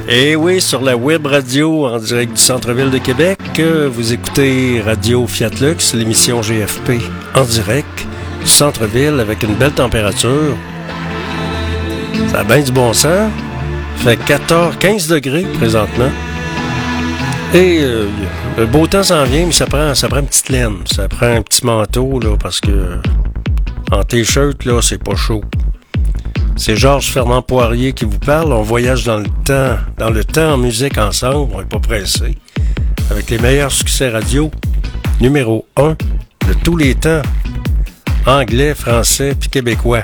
Et oui, sur la web radio en direct du centre-ville de Québec, vous écoutez Radio Fiat Lux, l'émission GFP en direct du centre-ville avec une belle température. Ça a bien du bon sens. Fait 15 degrés présentement. Et le beau temps s'en vient, mais ça prend une petite laine. Ça prend un petit manteau, là, parce que en t-shirt, là, c'est pas chaud. C'est Georges Fernand Poirier qui vous parle. On voyage dans le temps en musique ensemble. On n'est pas pressé. Avec les meilleurs succès radio, numéro 1 de tous les temps. Anglais, français puis québécois.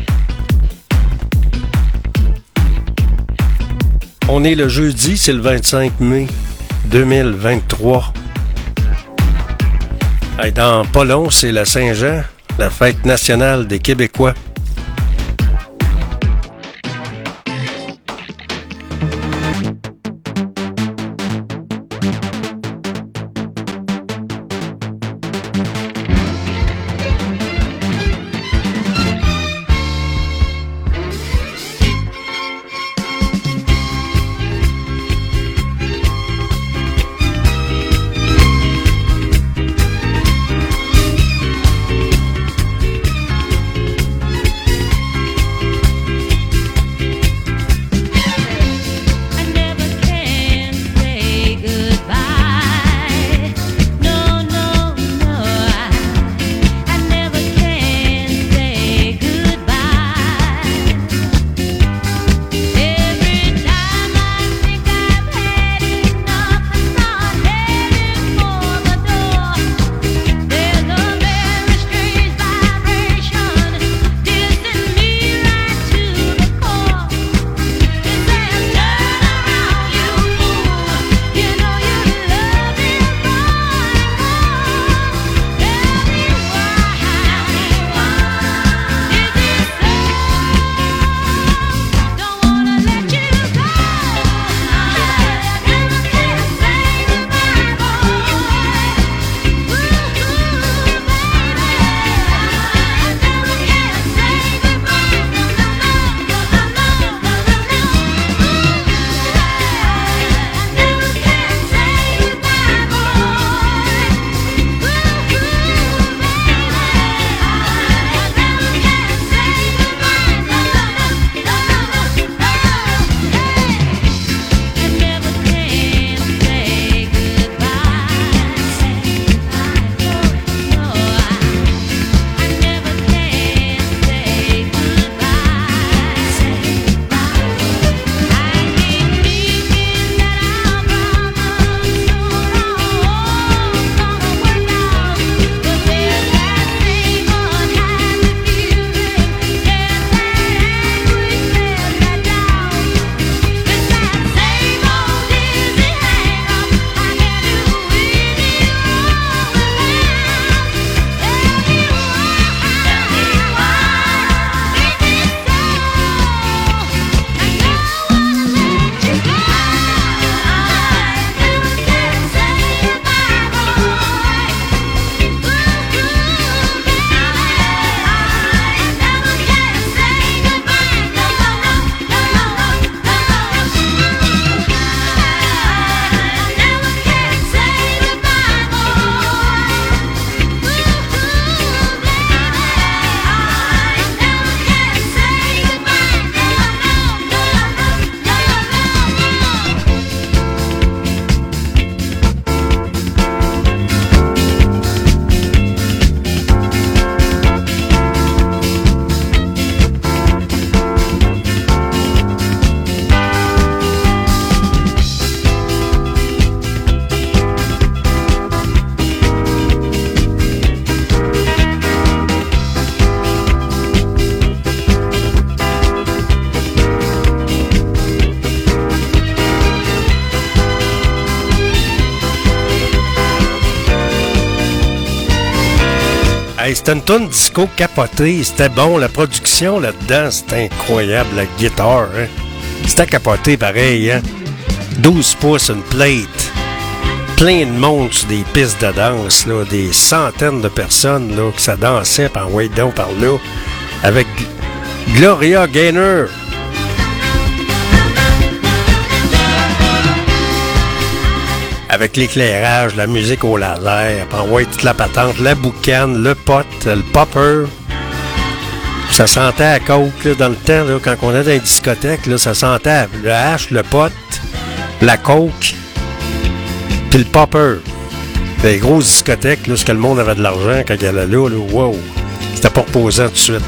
On est le jeudi, c'est le 25 mai 2023. Et dans pas long, c'est la Saint-Jean, la fête nationale des Québécois. Hey, c'était une toune disco capotée. C'était bon. La production là-dedans, c'était incroyable. La guitare, hein? C'était capoté pareil, hein? 12 pouces, une plate. Plein de monde sur des pistes de danse, là. Des centaines de personnes, là, que ça dansait par way down par là. Avec Gloria Gaynor. avec l'éclairage, la musique au laser, puis ouais, toute la patente, la boucane, le pot, le popper. Ça sentait à coke, là, dans le temps, là, quand on était dans les discothèques, là, ça sentait le hash, le pot, la coke, puis le popper. Les grosses discothèques, là, ce que le monde avait de l'argent quand il allait là, wow, c'était pas reposant tout de suite.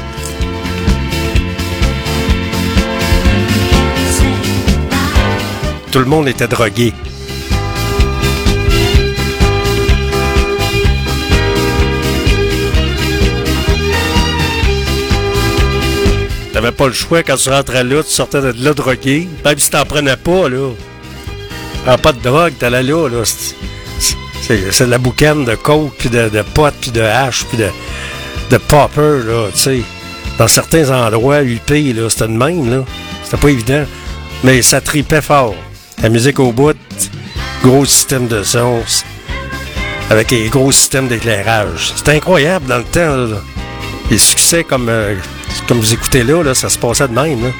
Tout le monde était drogué. T'avais pas le choix quand tu rentrais là, tu sortais de là drogué. Même si t'en prenais pas, là. En pas de drogue, t'allais là, là. C'est de la boucane de coke, puis de pot, puis de hash, puis de popper, là, tu sais. Dans certains endroits, UP, là, c'était de même, là. C'était pas évident. Mais ça tripait fort. La musique au bout, gros système de son, avec les gros systèmes d'éclairage. C'était incroyable dans le temps, là. Les succès comme vous écoutez là, ça se passait de même, là.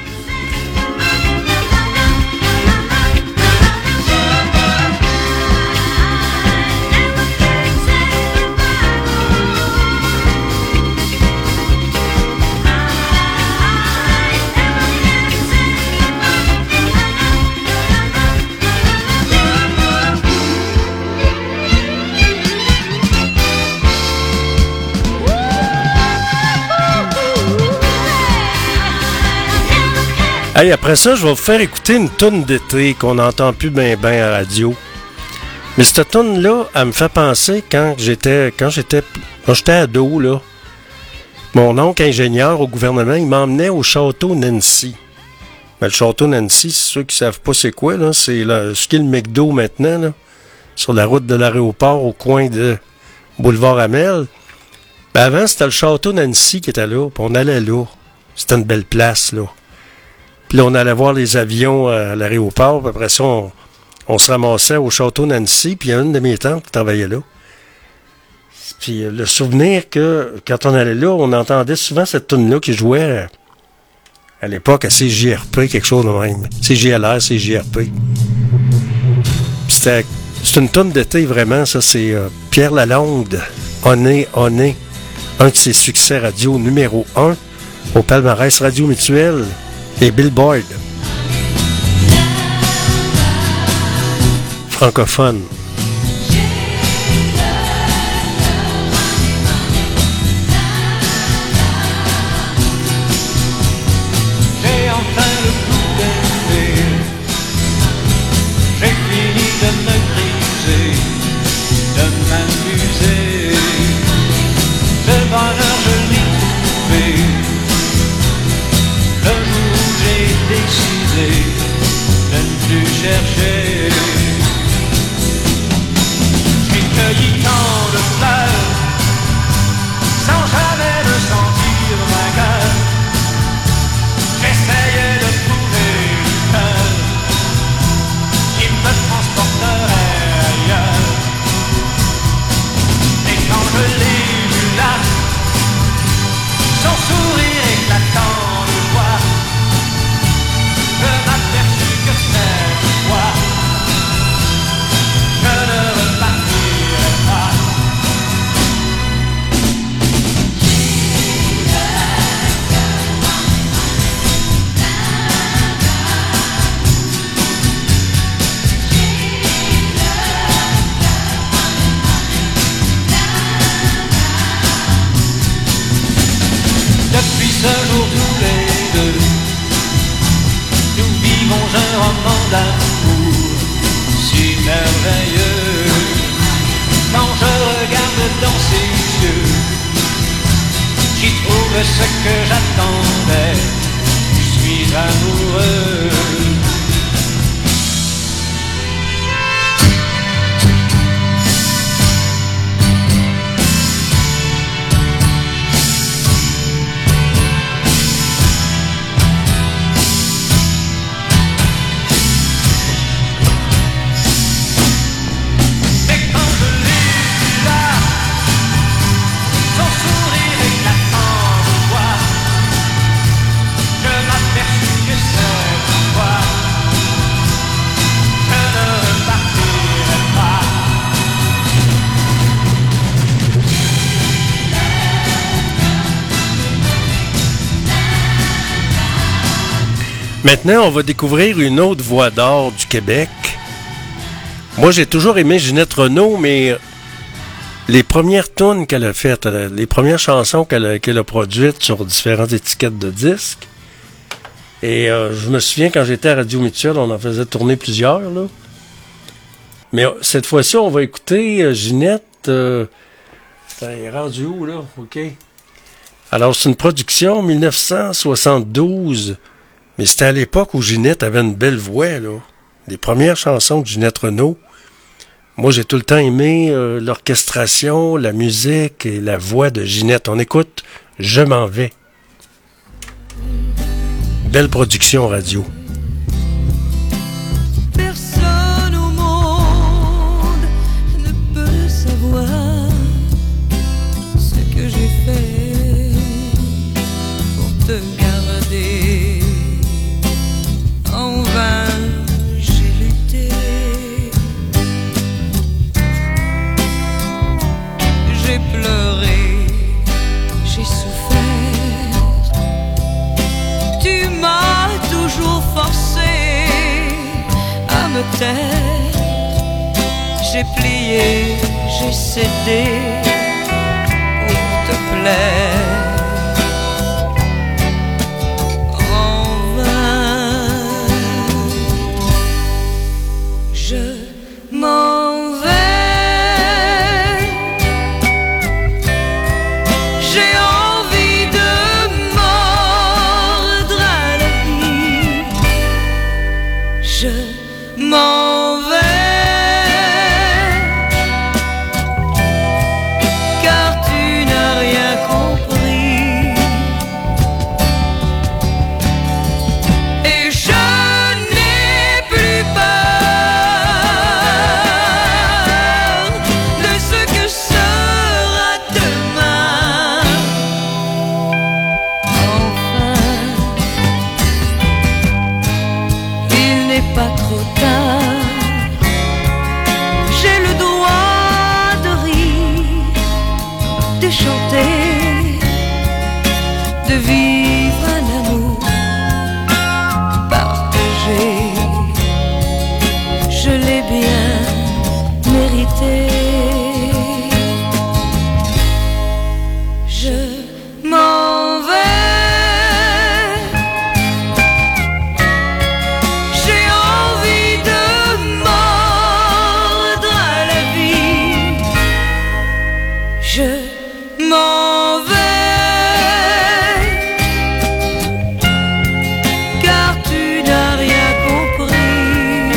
Hey, après ça, je vais vous faire écouter une toune d'été qu'on n'entend plus bien à la radio. Mais cette toune-là, elle me fait penser quand j'étais ado, là. Mon oncle ingénieur au gouvernement, il m'emmenait au château Nancy. Ben, le château Nancy, c'est ceux qui ne savent pas c'est quoi, là. C'est ce qui est le McDo maintenant, là. Sur la route de l'aéroport au coin de Boulevard Hamel. Ben, avant, c'était le château Nancy qui était là, puis on allait là. C'était une belle place, là. Puis là, on allait voir les avions à l'aéroport. Puis après ça, on se ramassait au château Nancy. Puis il y a une de mes tantes qui travaillait là. Puis le souvenir que, quand on allait là, on entendait souvent cette toune-là qui jouait à l'époque à CJRP, quelque chose de même. CJLR, CJRP. Puis c'est une toune d'été, vraiment. Ça, c'est Pierre Lalonde, Honné. Un de ses succès radio numéro 1 au palmarès Radio Mutuel. Et Billboard. Francophone. J'ai enfin le coup d'aimer. J'ai fini de me griser, de m'amuser. Le bonheur je l'ai trouvé. Le jour où j'ai décidé de ne plus chercher. J'ai cueilli tant de fleurs sans jamais me sentir vainqueur. J'essayais de trouver une cœur qui me transporterait ailleurs. Et quand je l'ai vu là, son sourire éclatant, je m'aperçus que cette fois, je ne repartirai pas. Depuis ce jour tous les deux, nous vivons un roman d'amour si merveilleux. Quand je regarde dans ses yeux, j'y trouve ce que j'attendais. Je suis amoureux. Je m'aperçus que cette Maintenant, on va découvrir une autre voix d'or du Québec. Moi, j'ai toujours aimé Ginette Renault, mais les premières tunes qu'elle a faites, les premières chansons qu'elle a produites sur différentes étiquettes de disques, et je me souviens quand j'étais à Radio Mutuelle, on en faisait tourner plusieurs, là. Mais cette fois-ci, on va écouter Ginette. Elle est rendue où, là? OK. Alors, c'est une production 1972. Mais c'était à l'époque où Ginette avait une belle voix, là. Les premières chansons de Ginette Renault. Moi, j'ai tout le temps aimé l'orchestration, la musique et la voix de Ginette. On écoute « Je m'en vais ». Belle production radio. Personne au monde ne peut savoir ce que j'ai fait pour te garder. En vain, j'ai lutté, j'ai pleuré, j'ai souffert. Tu m'as toujours forcé à me taire. J'ai plié, j'ai cédé pour te plaire. M'en vais. J'ai envie de mordre à la vie. Je m'en vais, car tu n'as rien compris. Et je n'ai plus peur pas trop tard. J'ai le droit de rire, de chanter, de vivre un amour partagé. Je l'ai bien mérité. Je m'en vais. Je m'en vais, car tu n'as rien compris.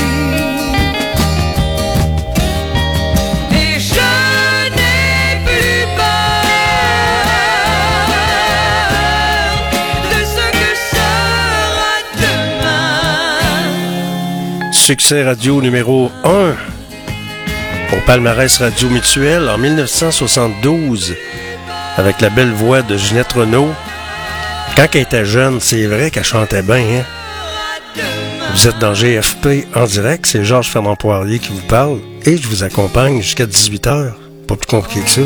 Et je n'ai plus peur de ce que sera demain. Succès radio numéro 1. Au palmarès Radio Mutuelle en 1972, avec la belle voix de Ginette Renault. Quand elle était jeune, c'est vrai qu'elle chantait bien. Hein? Vous êtes dans GFP en direct, c'est Georges Fernand Poirier qui vous parle et je vous accompagne jusqu'à 18h. Pas plus compliqué que ça.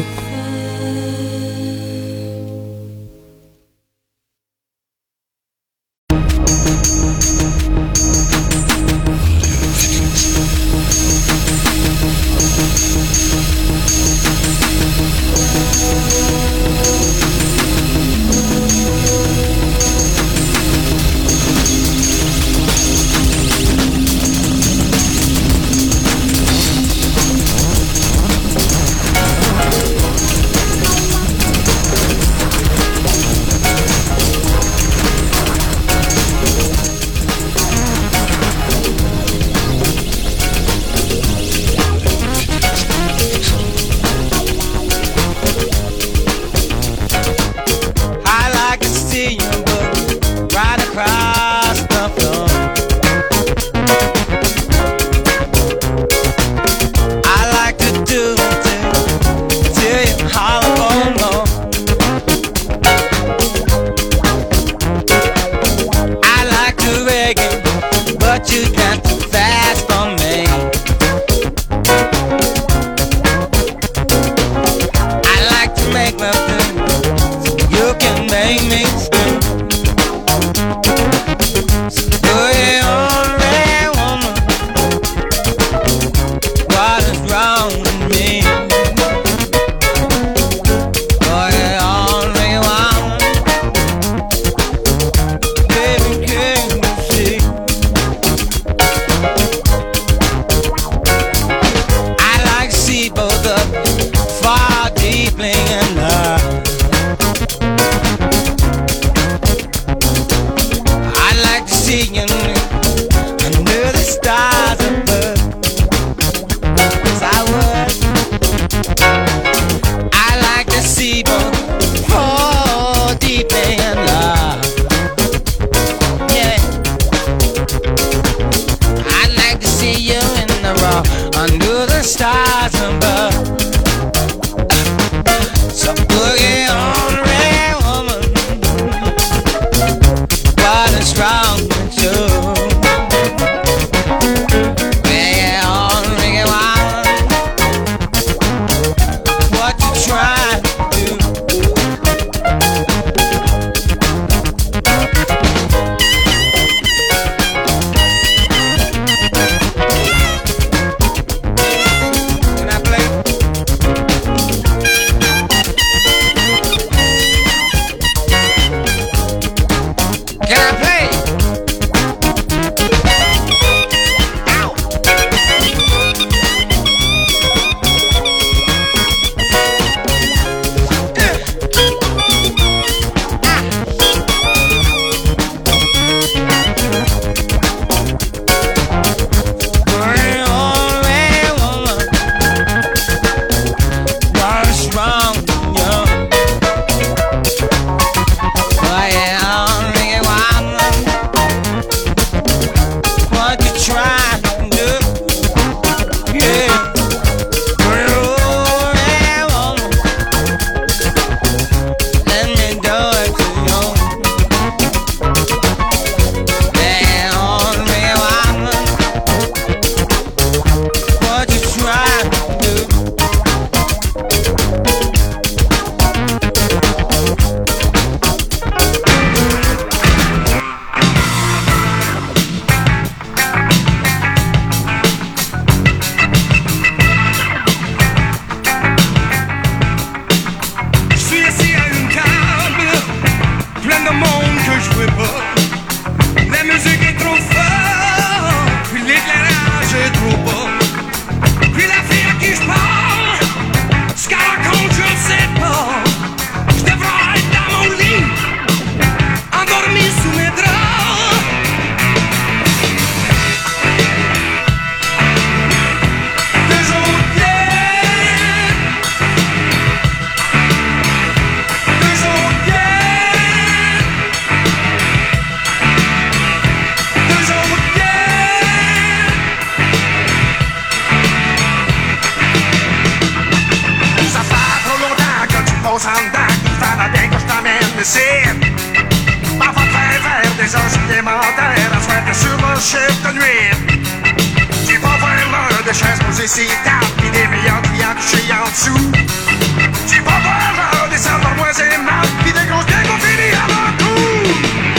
c'est parfois très vert, des heures supplémentaires à faire sur un chiffre de nuit. Tu vas voir l'heure de chaises posées ses tables, pis des meilleurs clients couchés en dessous. Tu vas voir l'heure des serveurs moins aimables, pis des grosses bières qu'on finit à leur coup.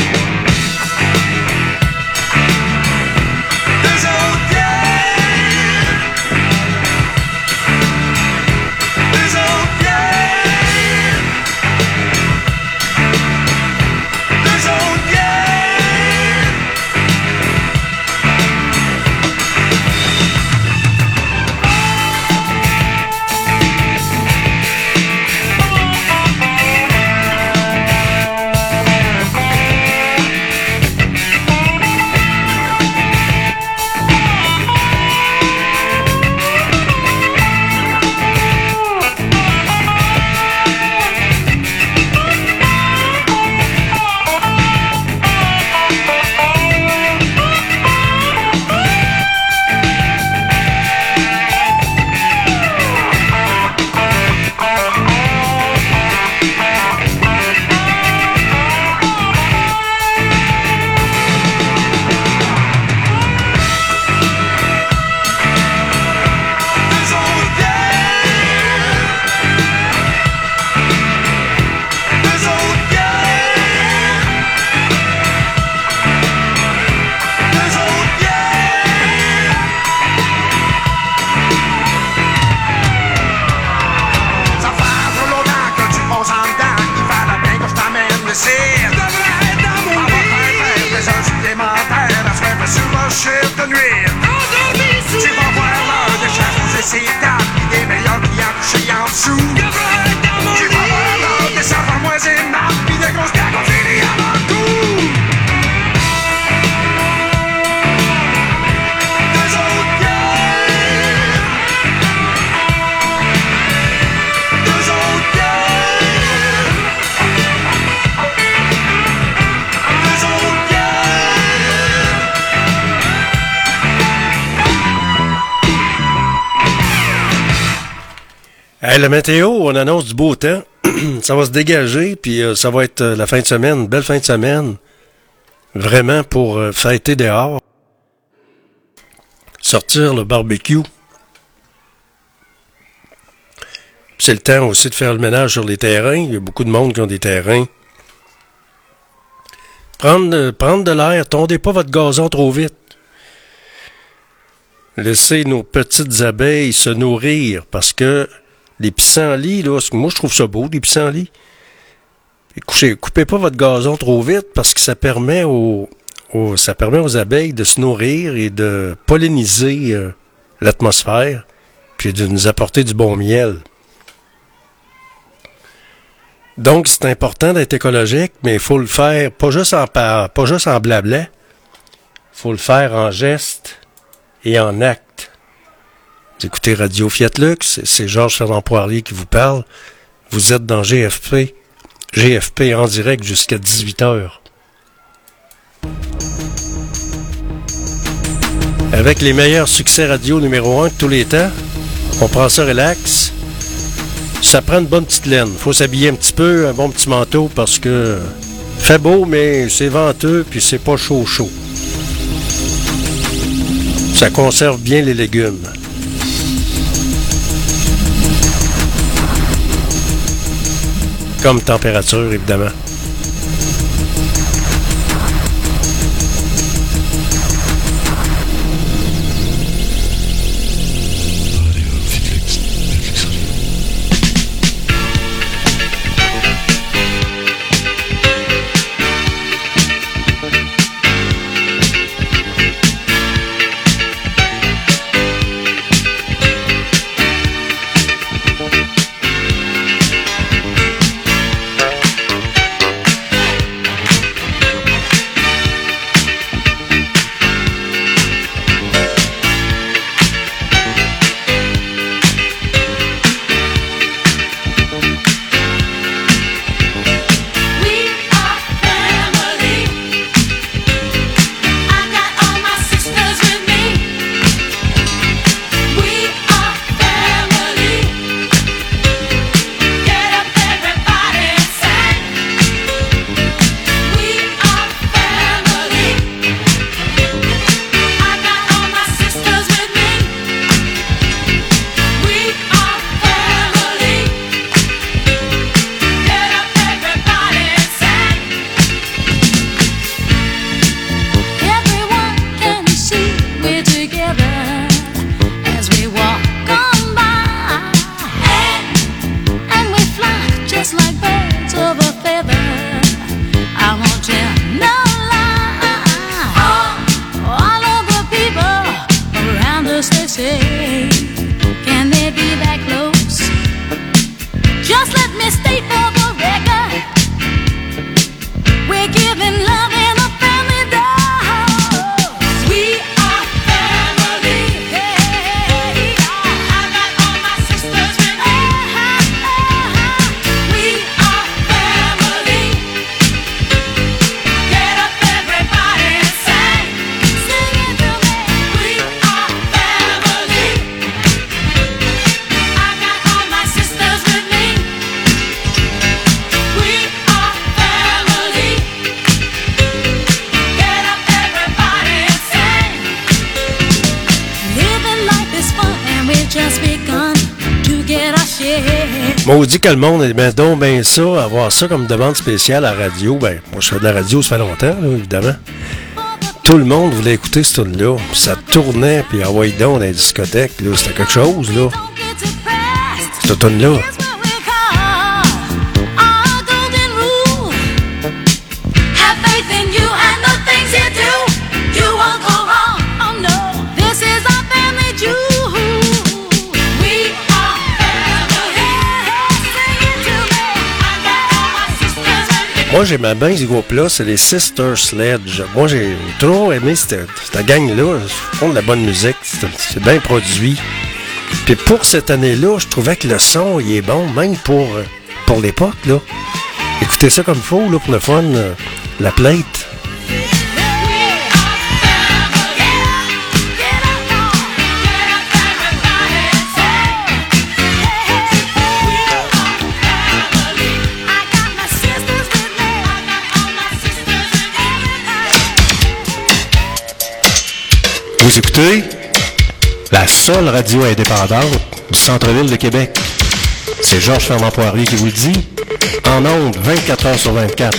Deux autres bières, deux autres bières, deux autres bières. Hey, la météo, on annonce du beau temps. Ça va se dégager, puis ça va être la fin de semaine, une belle fin de semaine. Vraiment pour fêter dehors. Sortir le barbecue. C'est le temps aussi de faire le ménage sur les terrains. Il y a beaucoup de monde qui ont des terrains. Prendre de l'air, tondez pas votre gazon trop vite. Laissez nos petites abeilles se nourrir, parce que les pissenlits, là, moi je trouve ça beau, les pissenlits. Coupez pas votre gazon trop vite, parce que ça permet aux abeilles de se nourrir et de polliniser l'atmosphère, puis de nous apporter du bon miel. Donc c'est important d'être écologique, mais il faut le faire pas juste en blabla. Il faut le faire en geste et en acte. Vous écoutez Radio Fiat Lux, c'est Georges Fernand Poirier qui vous parle. Vous êtes dans GFP en direct jusqu'à 18h. Avec les meilleurs succès radio numéro 1 de tous les temps, on prend ça relax. Ça prend une bonne petite laine. Faut s'habiller un petit peu, un bon petit manteau, parce que fait beau, mais c'est venteux, puis c'est pas chaud. Ça conserve bien les légumes. Comme température, évidemment. Maudit que le monde aimait donc bien ça, avoir ça comme demande spéciale à la radio. Ben, moi, je fais de la radio, ça fait longtemps, là, évidemment. Tout le monde voulait écouter ce tune-là. Ça tournait, puis envoyait donc dans les discothèques, là. C'était quelque chose, là. Cette tune-là. Moi, j'aimais bien ce groupe-là, c'est les Sister Sledge. Moi, j'ai toujours aimé cette gang-là. Ils font de la bonne musique, c'est bien produit. Puis pour cette année-là, je trouvais que le son, il est bon, même pour l'époque, là. Écoutez ça comme il faut, là, pour le fun, la plate. Vous écoutez la seule radio indépendante du centre-ville de Québec. C'est Georges Fernand Poirier qui vous le dit. En ondes, 24 heures sur 24.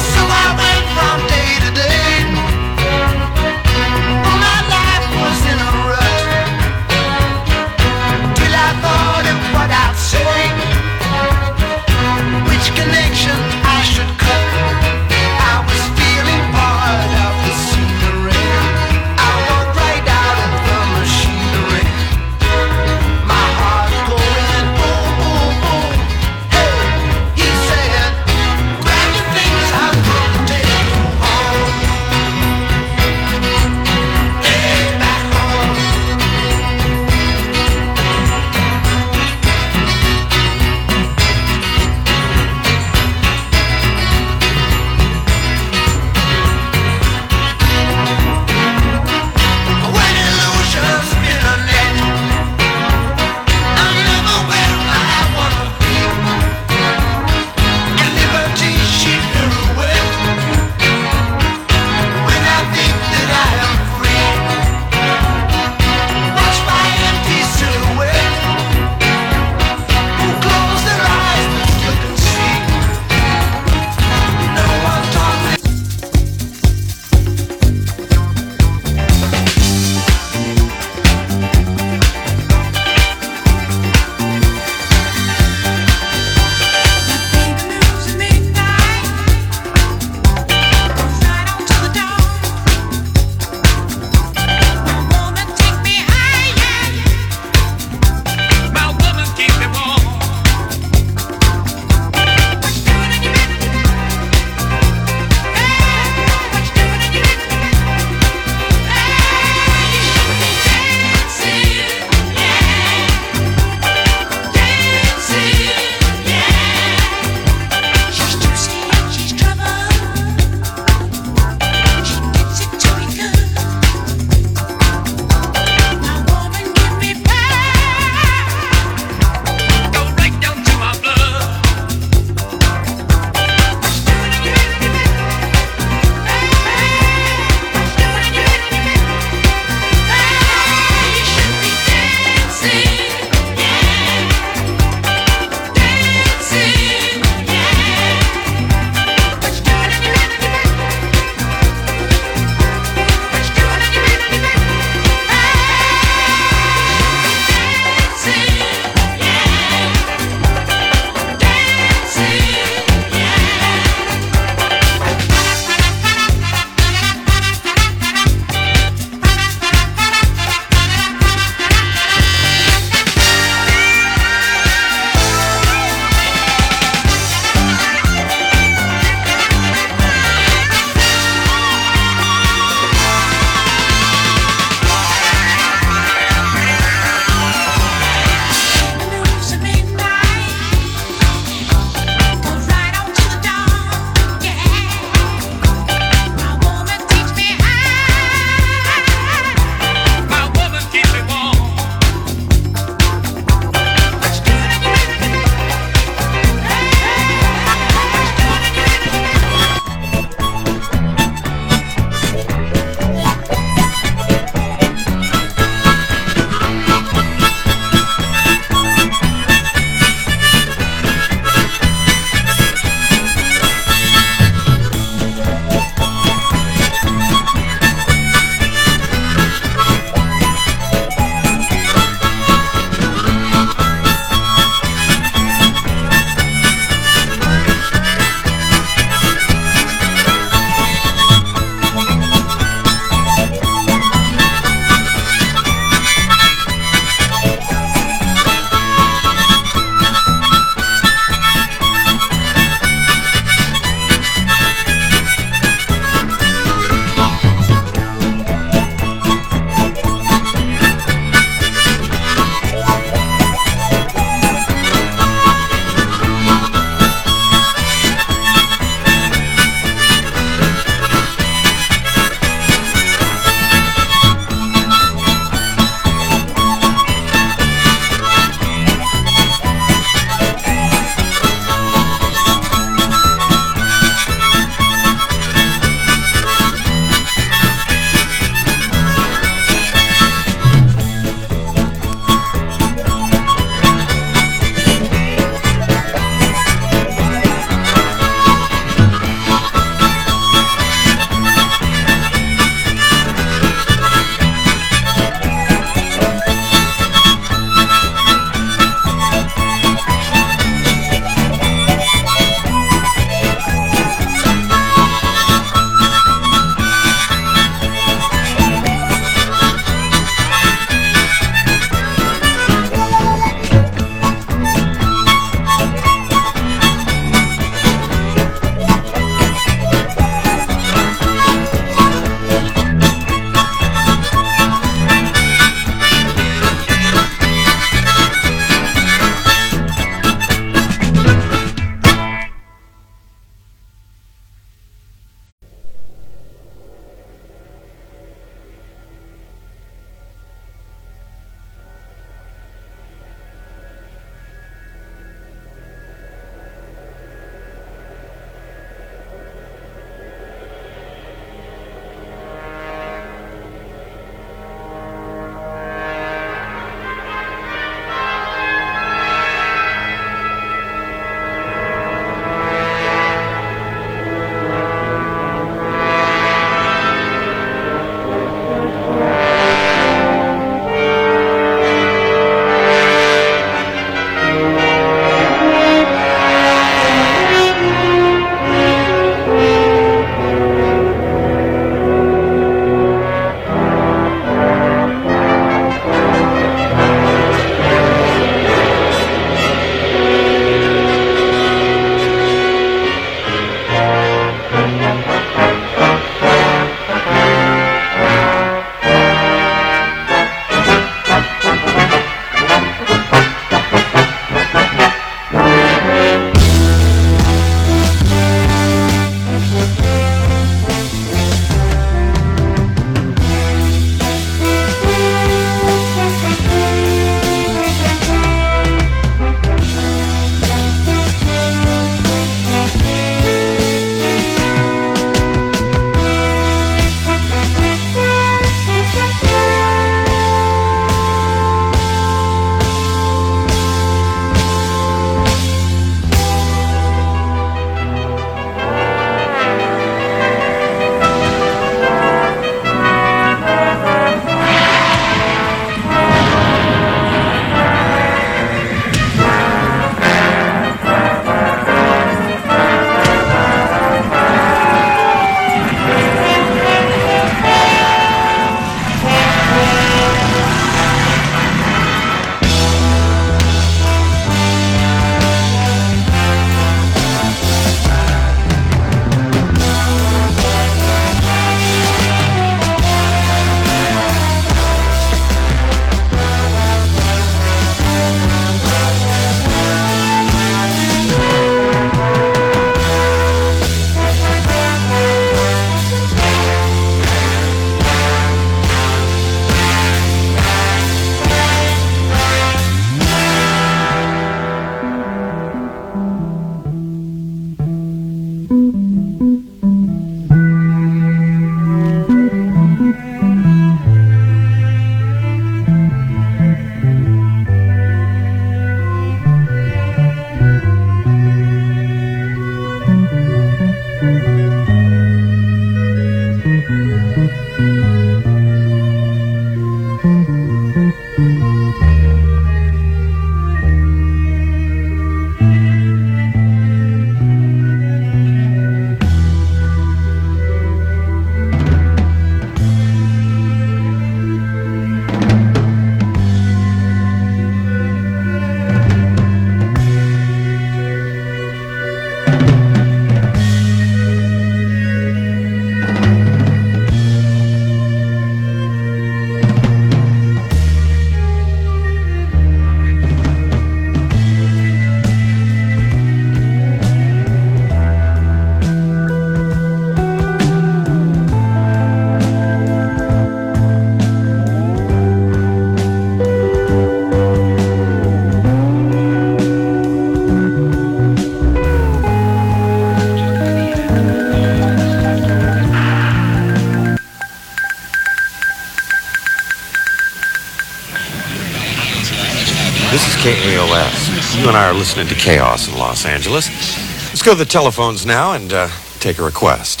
This is KAOS. You and I are listening to Chaos in Los Angeles. Let's go to the telephones now and take a request.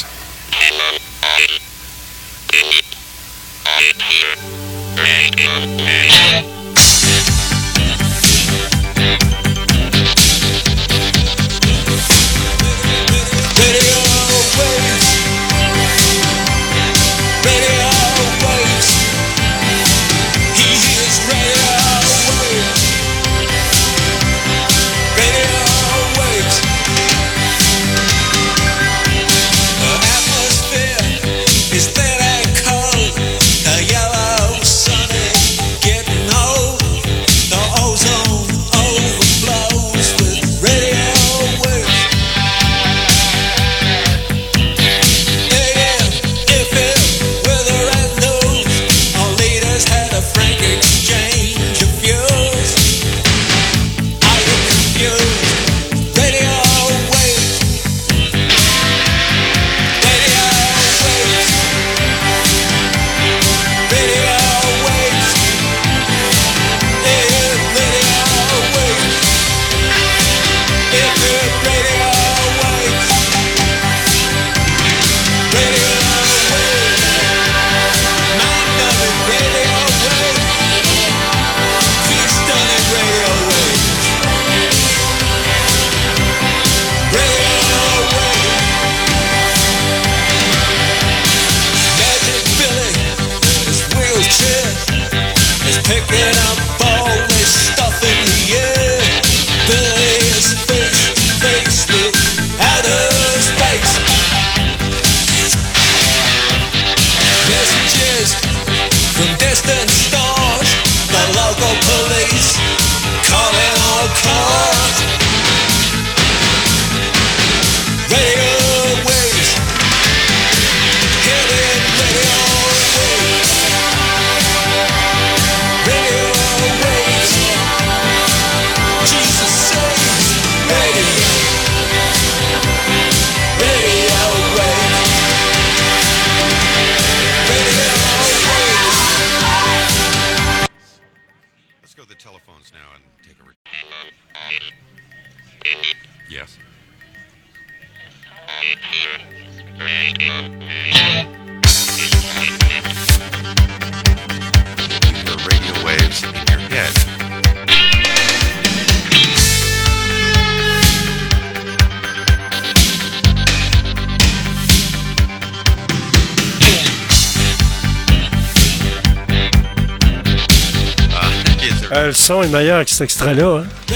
Le son est meilleur que cet extrait-là. Hein?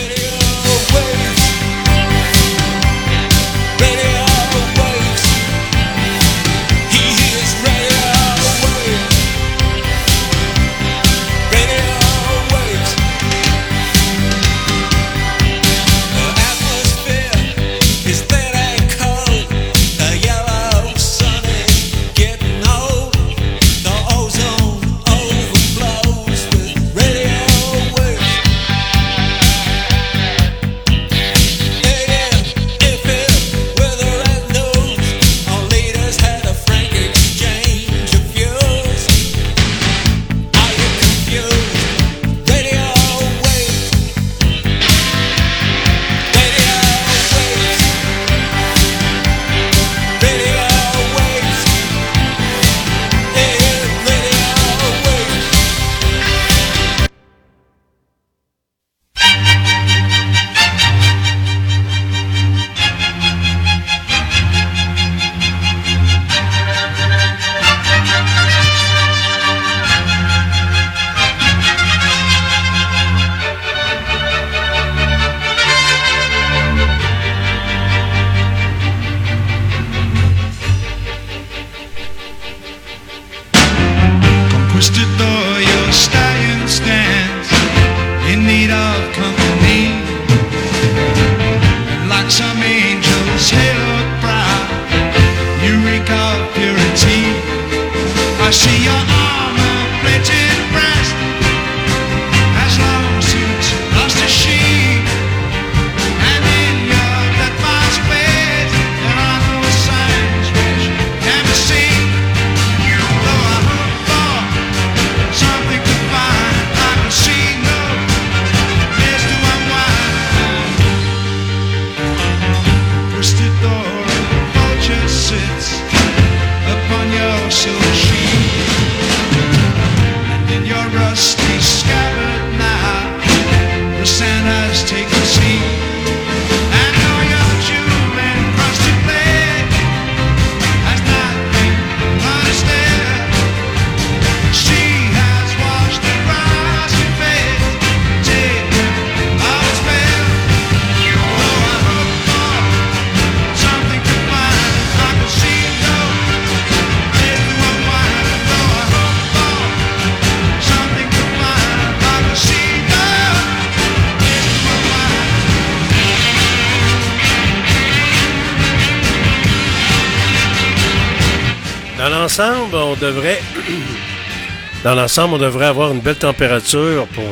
Dans l'ensemble, on devrait avoir une belle température pour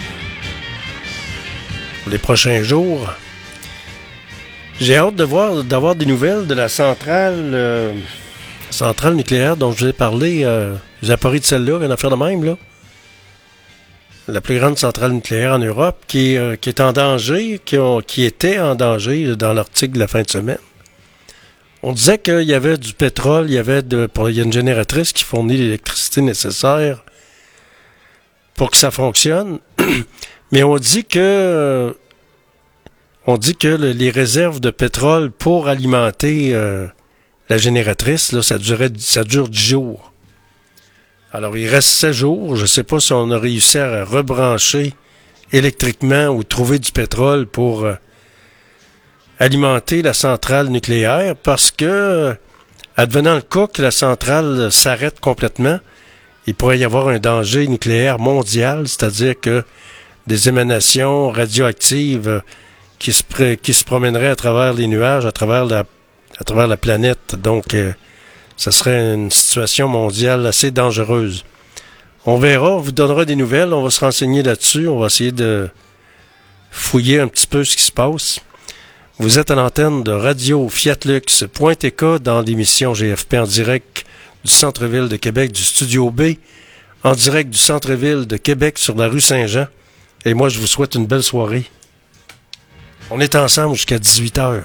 les prochains jours. J'ai hâte d'avoir des nouvelles de la centrale nucléaire dont je vous ai parlé. J'ai parlé de celle-là, une affaire de même, là. La plus grande centrale nucléaire en Europe qui est en danger, qui était en danger dans l'article de la fin de semaine. On disait qu'il y avait du pétrole, il y a une génératrice qui fournit l'électricité nécessaire pour que ça fonctionne. Mais on dit que les réserves de pétrole pour alimenter la génératrice, là, ça dure 10 jours. Alors, il reste 7 jours. Je ne sais pas si on a réussi à rebrancher électriquement ou trouver du pétrole pour alimenter la centrale nucléaire parce que, advenant le cas que la centrale s'arrête complètement, il pourrait y avoir un danger nucléaire mondial, c'est-à-dire que des émanations radioactives qui se promèneraient à travers les nuages, à travers la planète. Donc, ça serait une situation mondiale assez dangereuse. On verra, on vous donnera des nouvelles, on va se renseigner là-dessus, on va essayer de fouiller un petit peu ce qui se passe. Vous êtes à l'antenne de Radio Fiatlux.tk dans l'émission GFP en direct du centre-ville de Québec, du Studio B, en direct du centre-ville de Québec sur la rue Saint-Jean. Et moi, je vous souhaite une belle soirée. On est ensemble jusqu'à 18h.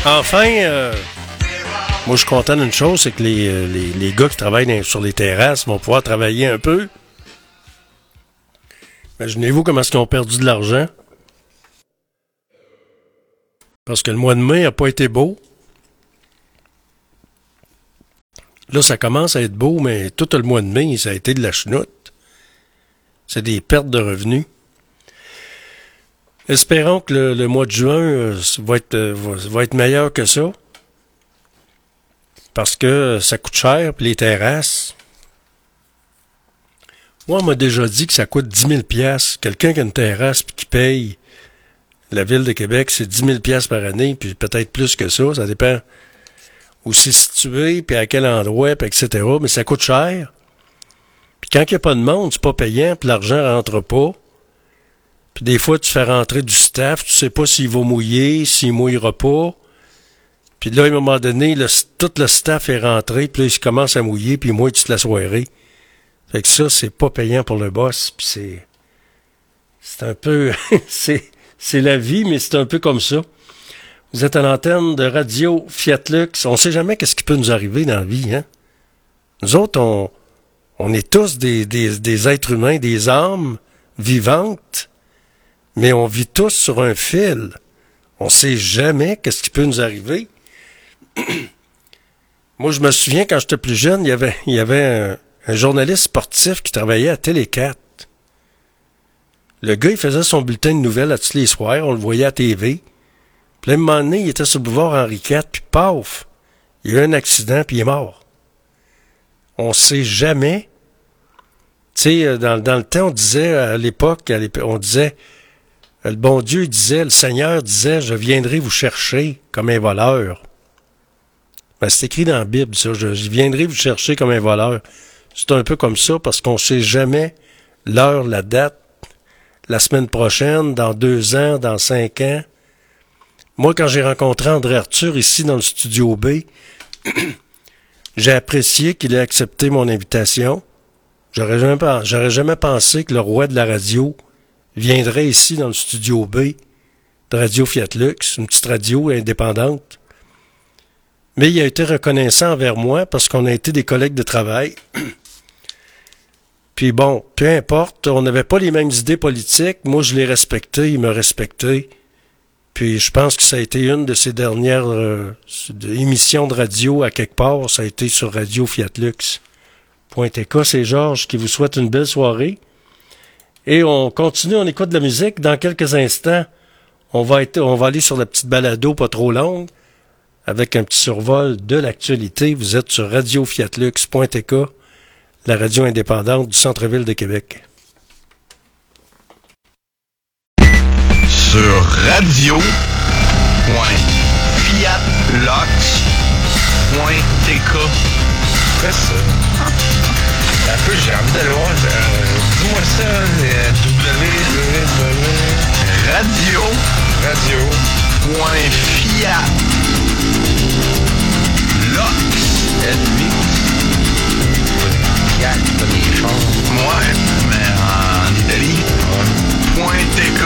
Enfin, moi je suis content d'une chose, c'est que les gars qui travaillent sur les terrasses vont pouvoir travailler un peu. Imaginez-vous comment est-ce qu'ils ont perdu de l'argent. Parce que le mois de mai n'a pas été beau. Là, ça commence à être beau, mais tout le mois de mai, ça a été de la chenoute. C'est des pertes de revenus. Espérons que le mois de juin va être meilleur que ça. Parce que ça coûte cher, puis les terrasses. Moi, on m'a déjà dit que ça coûte 10 000 $. Quelqu'un qui a une terrasse puis qui paye la Ville de Québec, c'est 10 000 $ par année, puis peut-être plus que ça. Ça dépend où c'est situé, puis à quel endroit, puis etc. Mais ça coûte cher. Puis quand il n'y a pas de monde, c'est pas payant, puis l'argent rentre pas. Puis des fois, tu fais rentrer du staff, tu sais pas s'il va mouiller, s'il mouillera pas. Puis là, à un moment donné, tout le staff est rentré, puis là, il commence à mouiller, puis il mouille toute la soirée. Fait que ça, c'est pas payant pour le boss, puis c'est un peu... c'est la vie, mais c'est un peu comme ça. Vous êtes à l'antenne de Radio Fiat Lux. On sait jamais qu'est-ce qui peut nous arriver dans la vie, hein? Nous autres, on est tous des êtres humains, des âmes vivantes, mais on vit tous sur un fil. On sait jamais qu'est-ce qui peut nous arriver. Moi, je me souviens, quand j'étais plus jeune, il y avait un journaliste sportif qui travaillait à Télé 4. Le gars, il faisait son bulletin de nouvelles à tous les soirs, on le voyait à TV. Puis là, un moment donné, il était sur le boulevard Henri IV, puis paf, il y a eu un accident, puis il est mort. On sait jamais. Tu sais, dans le temps, on disait, à l'époque, on disait, le bon Dieu disait, le Seigneur disait, je viendrai vous chercher comme un voleur. Ben, c'est écrit dans la Bible, ça, je viendrai vous chercher comme un voleur. C'est un peu comme ça, parce qu'on sait jamais l'heure, la date, la semaine prochaine, dans 2 ans, dans 5 ans. Moi, quand j'ai rencontré André Arthur ici dans le studio B, j'ai apprécié qu'il ait accepté mon invitation. J'aurais jamais pensé que le roi de la radio viendrait ici dans le studio B de Radio Fiat Lux, une petite radio indépendante. Mais il a été reconnaissant envers moi parce qu'on a été des collègues de travail. Puis bon, peu importe, on n'avait pas les mêmes idées politiques. Moi, je l'ai respecté, il m'a respecté. Puis je pense que ça a été une de ses dernières émissions de radio à quelque part. Ça a été sur Radio Fiat Lux. .tk, c'est Georges qui vous souhaite une belle soirée. Et on continue, on écoute de la musique. Dans quelques instants, on va aller sur la petite balado pas trop longue avec un petit survol de l'actualité. Vous êtes sur Radio Fiat Lux.tk, la radio indépendante du centre-ville de Québec. Sur radio.fiatlox.tk. Quoi ça? Un peu, j'ai envie d'aller voir. Dis-moi ça, Fiat, pas des chars. Ouais, mais en Italie, .tk.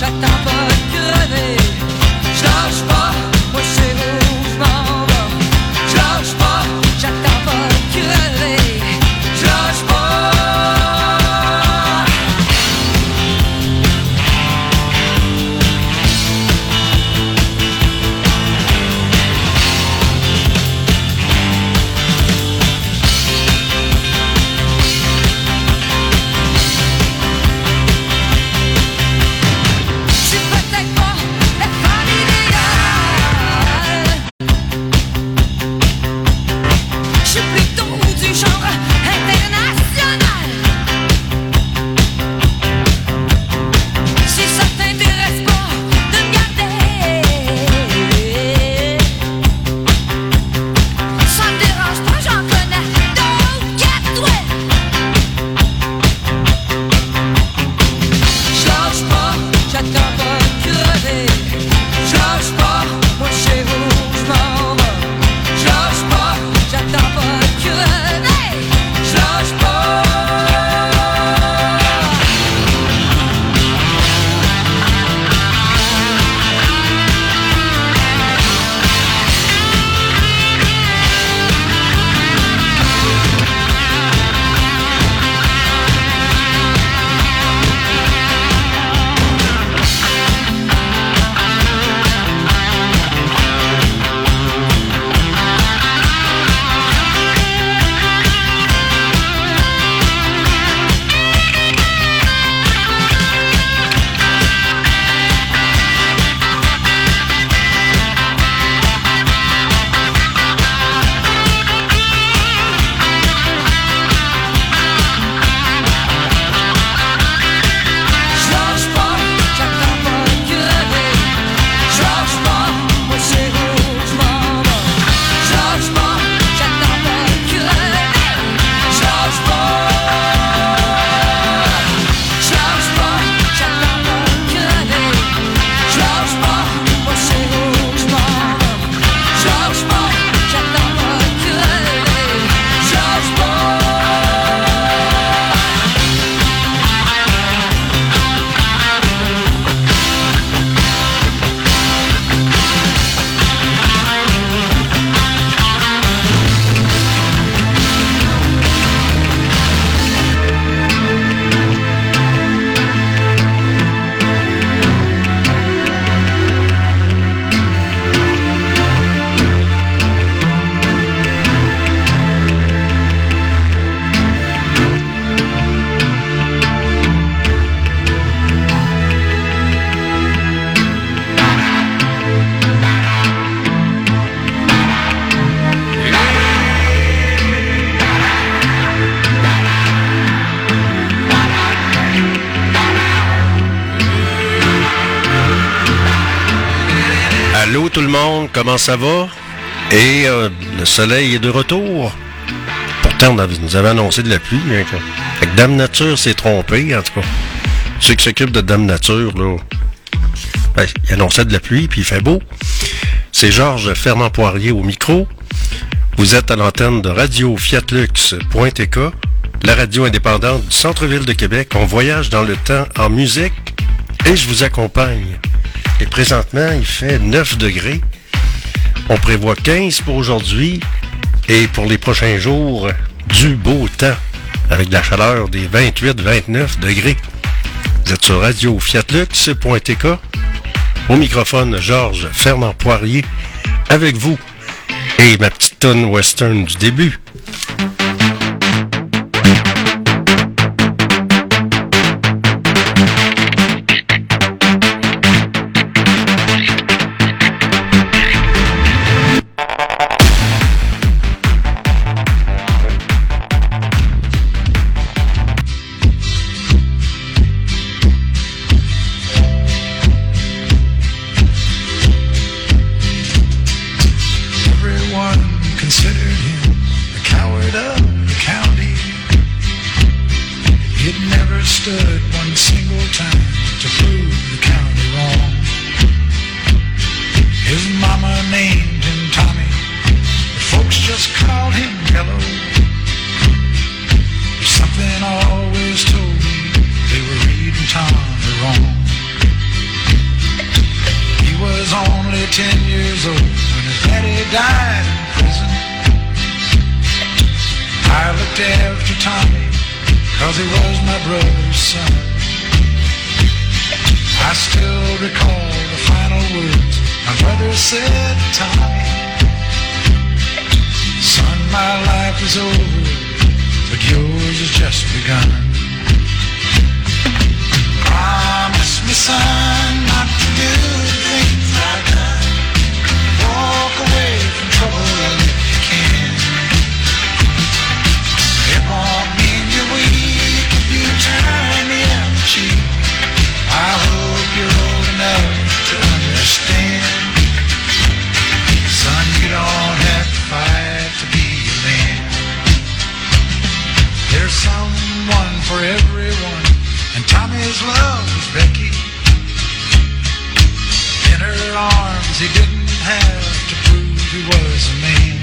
Allô tout le monde, comment ça va? Et le soleil est de retour. Pourtant, on nous avait annoncé de la pluie. Hein, fait que Dame Nature s'est trompé, en tout cas. Ceux qui s'occupent de Dame Nature, là, ben, il annonçait de la pluie, puis il fait beau. C'est Georges Fernand-Poirier au micro. Vous êtes à l'antenne de Radio Fiatlux.tk, la radio indépendante du centre-ville de Québec. On voyage dans le temps en musique et je vous accompagne. Et présentement, il fait 9 degrés. On prévoit 15 pour aujourd'hui et pour les prochains jours, du beau temps avec de la chaleur des 28-29 degrés. Vous êtes sur Radio Fiatlux.tk. Au microphone, Georges Fernand-Poirier avec vous. Et ma petite tonne western du début. Considered him a coward was only 10 years old when his daddy died in prison. I looked after Tommy, 'cause he was my brother's son. I still recall the final words my brother said to Tommy. Son, my life is over, but yours has just begun. Promise me, son, not to do the things I've done. Walk away from trouble if you can. It won't mean you're weak if you turn the other cheek. I hope you're old enough to understand. Son, you don't have to fight to be a man. There's someone for everyone, and Tommy's love was Becky. In her arms he didn't have to prove he was a man.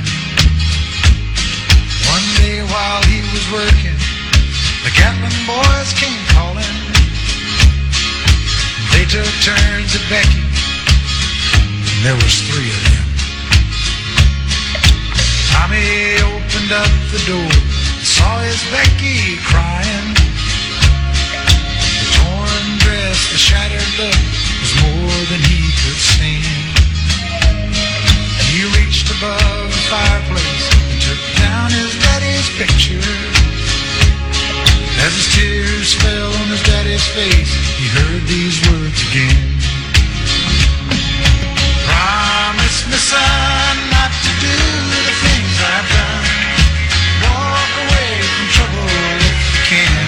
One day while he was working, the Gatlin boys came calling. They took turns at Becky, and there was 3 of them. Tommy opened up the door and saw his Becky crying. The torn dress, the shattered look was more than he could stand. He reached above the fireplace and took down his daddy's picture. As his tears fell on his daddy's face, he heard these words again. Promise me, son, not to do the things I've done. Walk away from trouble if you can.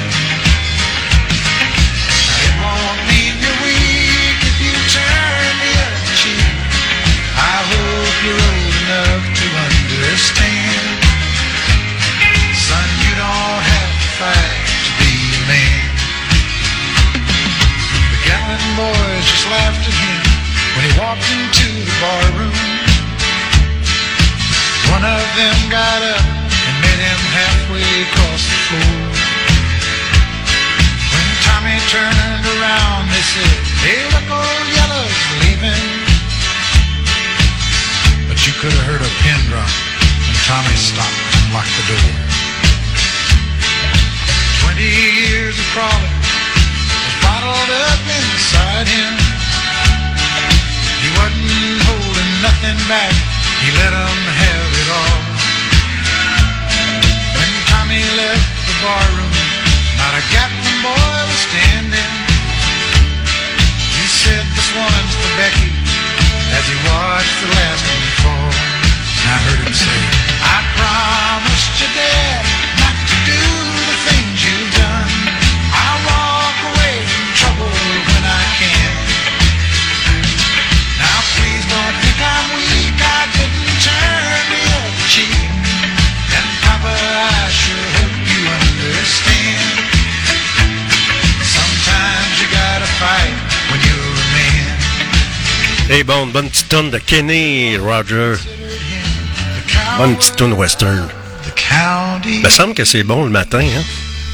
It won't mean you're weak if you turn the other cheek. I hope you're old enough to understand. Son, you don't have to fight to be a man. The Gatlin boys just laughed at him when he walked into the barroom. One of them got up and met him halfway across the floor. When Tommy turned around, they said, "Hey, look, old Yellow's leaving." But you could have heard a pin drop when Tommy stopped and locked the door. 20 years of crawling was bottled up inside him. He wasn't holding nothing back, he let them have it all. When Tommy left the barroom, not a Gatlin boy was standing. He said, "This one's for Becky," as he watched the last one fall. And I heard him say, "I promised your dad not to do the things you've done. I'll walk away from trouble when I can. Now please don't think I'm weak, I didn't turn the other cheek. And Papa, I sure hope you understand. Sometimes you gotta fight when you're a man." Hey, bonne petite tonne de Kenny Rogers. Bonne petite tonne western. Il me semble que c'est bon le matin, hein?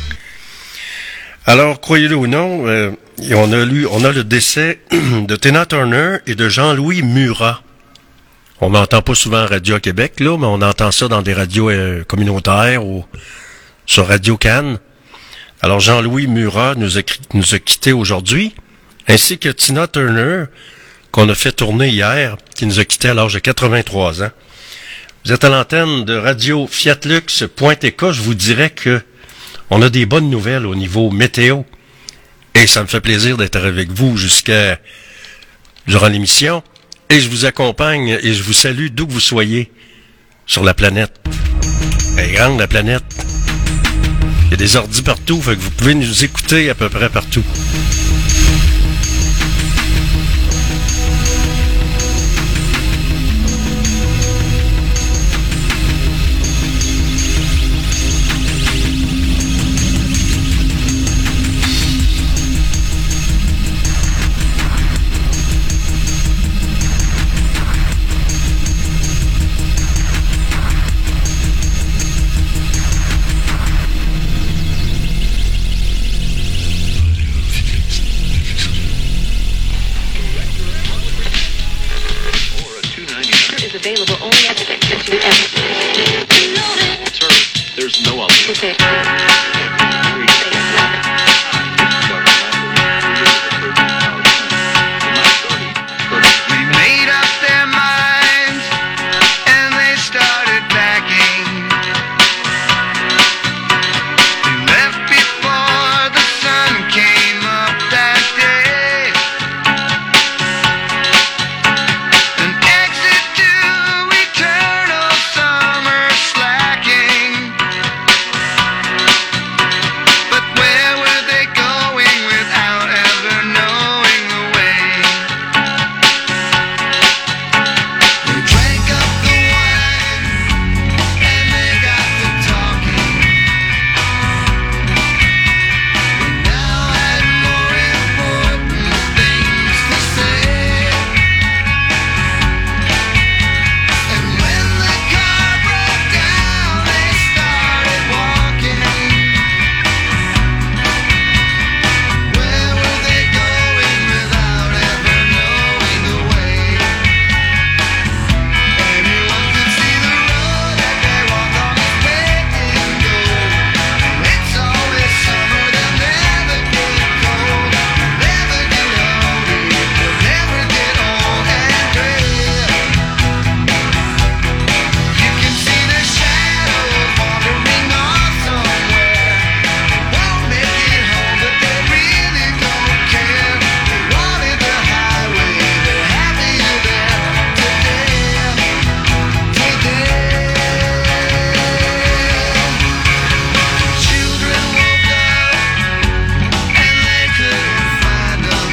Alors, croyez-le ou non, on a le décès de Tina Turner et de Jean-Louis Murat. On n'entend pas souvent Radio Québec, là, mais on entend ça dans des radios communautaires ou sur Radio Cannes. Alors, Jean-Louis Murat nous a quittés aujourd'hui, ainsi que Tina Turner, qu'on a fait tourner hier, qui nous a quittés à l'âge de 83 ans. Vous êtes à l'antenne de Radio Fiatlux.tk. Je vous dirais que on a des bonnes nouvelles au niveau météo. Et ça me fait plaisir d'être avec vous durant l'émission. Et je vous accompagne et je vous salue d'où que vous soyez sur la planète. Elle est grande, la planète. Il y a des ordis partout, fait que vous pouvez nous écouter à peu près partout. There's no other. They made up their minds and they started packing. They left before the sun came up that day. An exit to eternal summer slacking. But where were they going without ever knowing the way? They drank up the wine and they got to talking. They now had more important things to say. And when the car broke down, they started walking. Where were they going without ever knowing the way? Anyone could see the road that they walk on is paved in gold. It's always summer, they'll never get cold. Never get hungry, they'll never get old and gray. You can see the shadows wandering off somewhere. They won't make it home, but they really don't care. They wanted the highway, they're happier there today. Children woke up and they couldn't find them.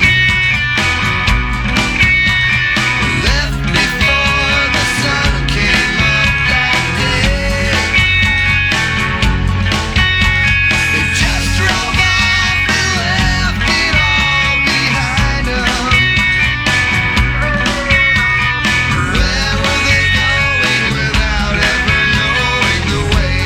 Left before the sun came up that day. They just drove off and left it all behind them. Where were they going without ever knowing the way?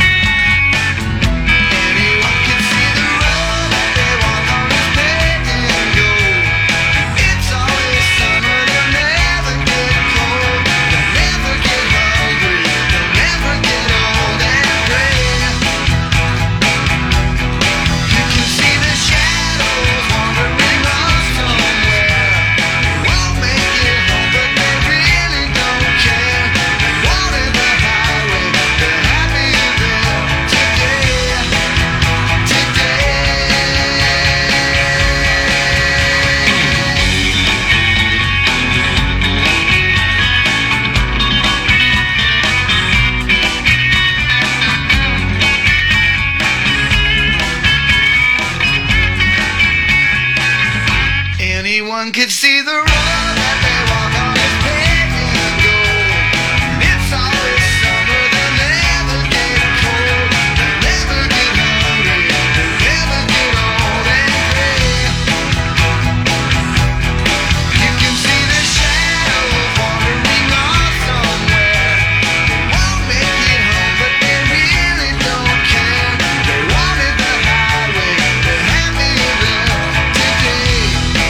Anyone can see the road that they walk on is paved in gold. It's always summer, they'll never get cold. They'll never get hungry, they'll never get old and gray. You can see the shadows wandering off somewhere. They won't make it home, but they really don't care. They wanted the highway, they're happier there Anyone could see the road that they walk on is paved in gold. It's always summer, they'll never get cold. They'll never get hungry, they'll never get old and gray. You can see the shadows wandering off somewhere. They won't make it home, but they really don't care. They wanted the highway, they're happier there today.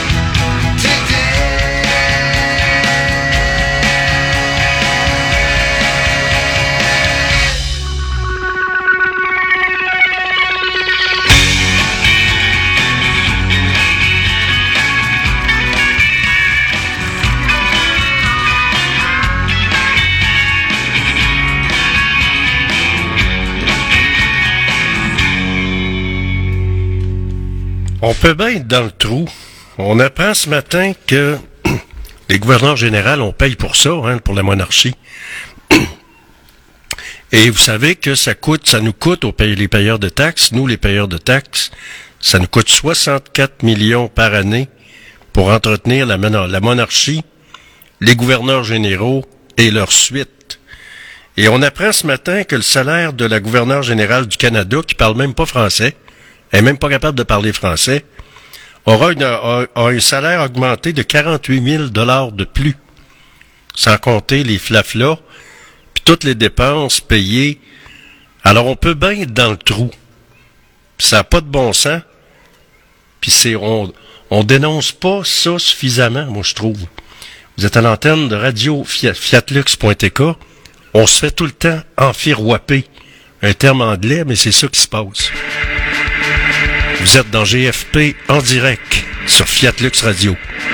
On peut bien être dans le trou. On apprend ce matin que les gouverneurs généraux, on paye pour ça, pour la monarchie. Et vous savez que ça nous coûte les payeurs de taxes, nous les payeurs de taxes, ça nous coûte 64 millions par année pour entretenir la monarchie, les gouverneurs généraux et leur suite. Et on apprend ce matin que le salaire de la gouverneure générale du Canada, qui parle même pas français, elle est même pas capable de parler français, aura un salaire augmenté de 48 000 $ de plus, sans compter les flaflas, puis toutes les dépenses payées. Alors on peut bien être dans le trou. Puis ça n'a pas de bon sens. Puis on dénonce pas ça suffisamment, moi je trouve. Vous êtes à l'antenne de radio fiatlux.tk, On se fait tout le temps enfirouaper. Un terme anglais, mais c'est ça qui se passe. Vous êtes dans GFP en direct sur Fiat Lux Radio.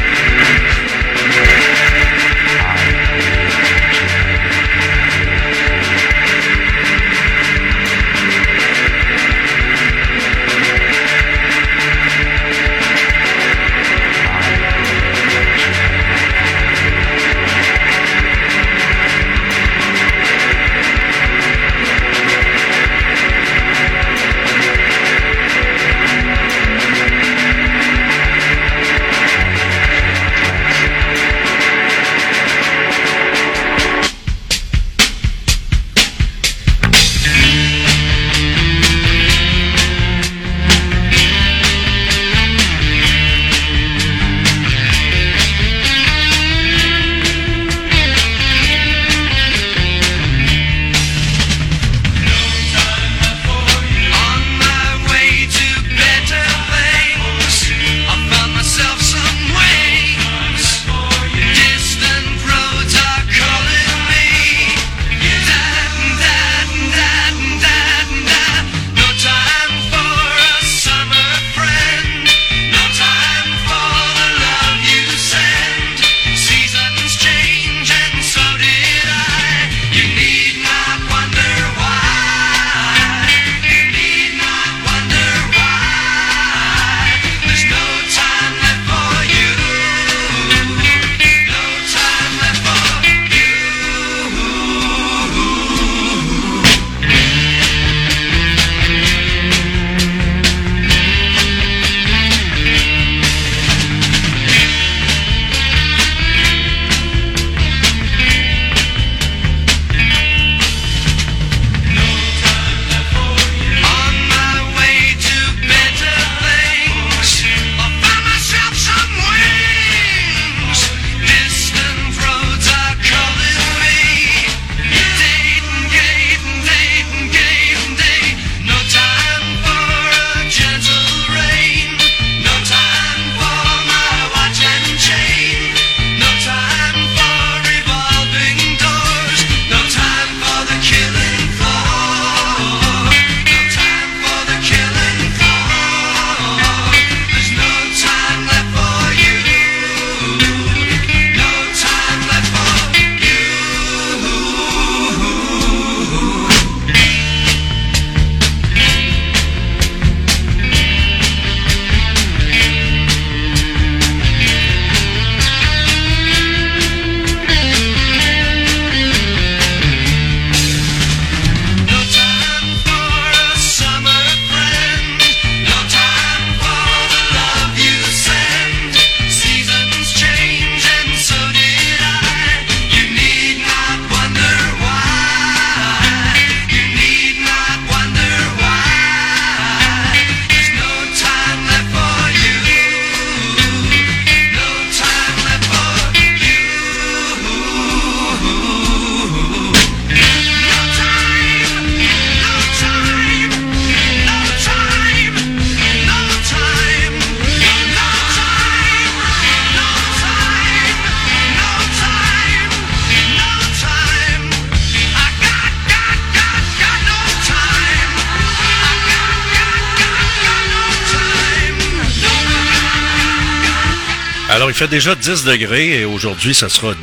Alors, il fait déjà 10 degrés et aujourd'hui, ce sera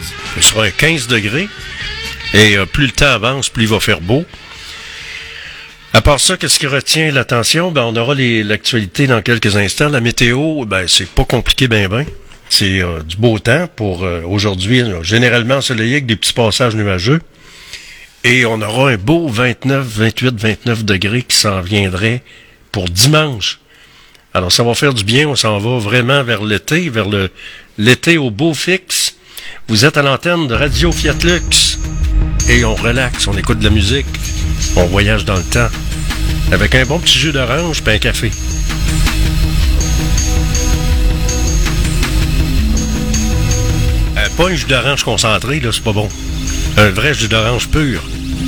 15 degrés. Et plus le temps avance, plus il va faire beau. À part ça, qu'est-ce qui retient l'attention? On aura l'actualité dans quelques instants. La météo, c'est pas compliqué ben. C'est du beau temps pour aujourd'hui, généralement ensoleillé avec des petits passages nuageux. Et on aura un beau 28-29 degrés qui s'en viendrait pour dimanche. Alors, ça va faire du bien. On s'en va vraiment vers l'été, vers l'été au beau fixe. Vous êtes à l'antenne de Radio Fiat Lux. Et on relaxe, on écoute de la musique. On voyage dans le temps. Avec un bon petit jus d'orange et un café. Pas un jus d'orange concentré, là, c'est pas bon. Un vrai jus d'orange pur.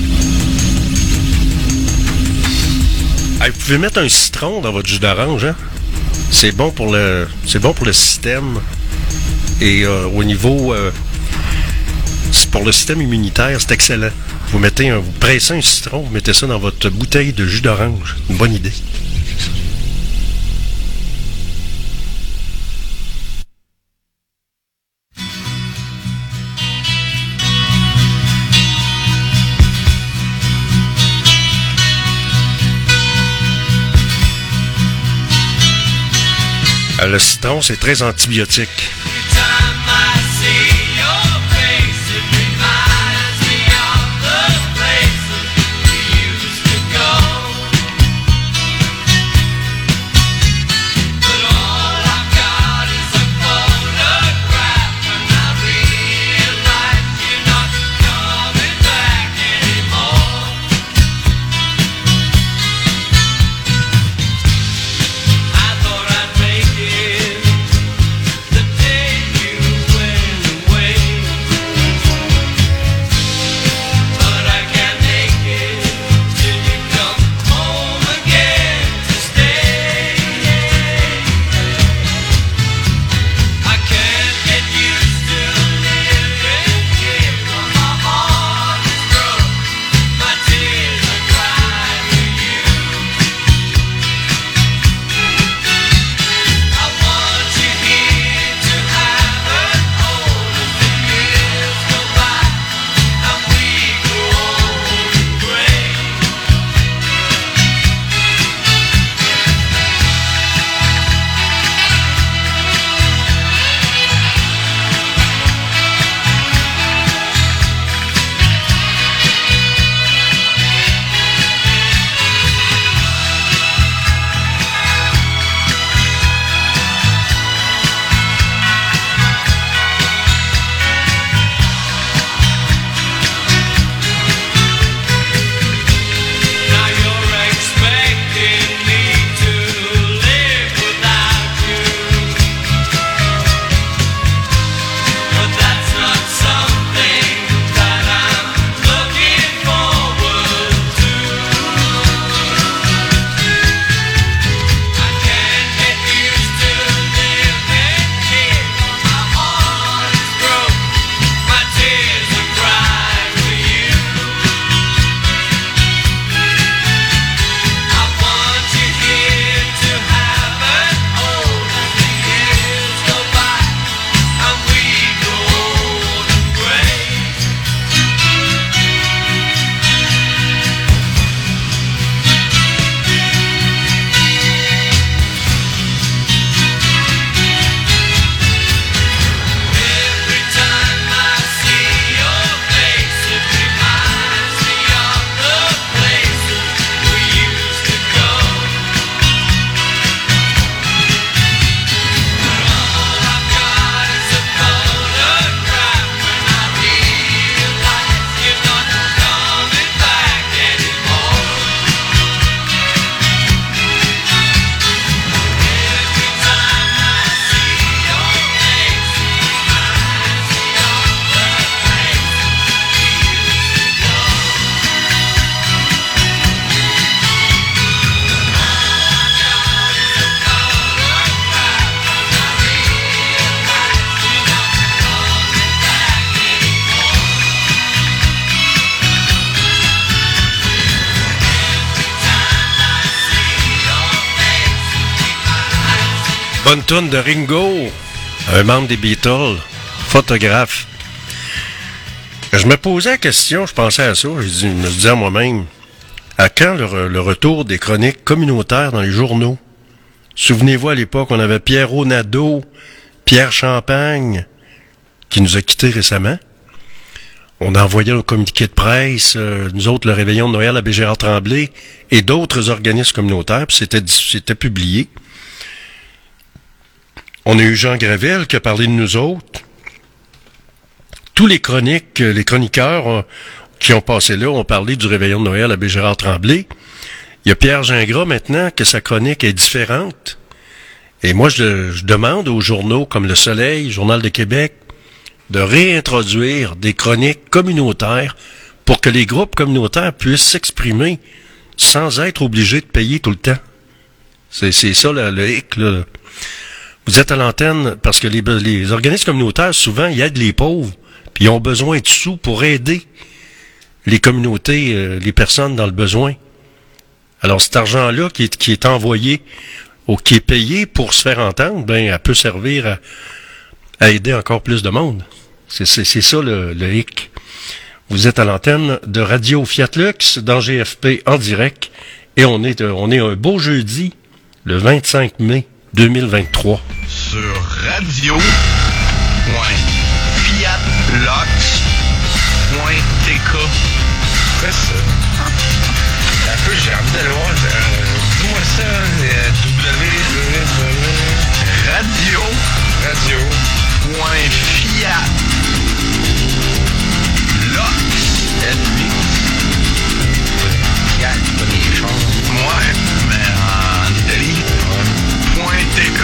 Vous pouvez mettre un citron dans votre jus d'orange, hein? C'est bon pour le système. Et au niveau Pour le système immunitaire, c'est excellent. Vous pressez un citron, vous mettez ça dans votre bouteille de jus d'orange. Une bonne idée. Le citron, c'est très antibiotique. Bonne toune de Ringo, un membre des Beatles, photographe. Je me posais la question, je pensais à ça, je me disais à moi-même, à quand le retour des chroniques communautaires dans les journaux? Souvenez-vous, à l'époque, on avait Pierrot Nadeau, Pierre Champagne, qui nous a quittés récemment. On a envoyé un communiqué de presse, nous autres, le Réveillon de Noël à Bégérard-Tremblay, et d'autres organismes communautaires, puis c'était publié. On a eu Jean Gravel qui a parlé de nous autres. Tous les chroniqueurs qui ont passé là ont parlé du Réveillon de Noël à Bégérard-Tremblay. Il y a Pierre Gingras maintenant que sa chronique est différente. Et moi, je demande aux journaux comme Le Soleil, Journal de Québec, de réintroduire des chroniques communautaires pour que les groupes communautaires puissent s'exprimer sans être obligés de payer tout le temps. C'est ça le hic, là. Vous êtes à l'antenne parce que les organismes communautaires, souvent, ils aident les pauvres, Puis ils ont besoin de sous pour aider les communautés, les personnes dans le besoin. Alors cet argent-là qui est envoyé ou qui est payé pour se faire entendre, ben elle peut servir à aider encore plus de monde. C'est ça le hic. Vous êtes à l'antenne de Radio Fiat Lux dans GFP en direct et on est un beau jeudi, le 25 mai 2023. Sur radio.fiatlux.tk. Fais ça. Un peu, j'ai envie d'aller voir. Dis-moi ça. Ouais, mais en Italie. .tk.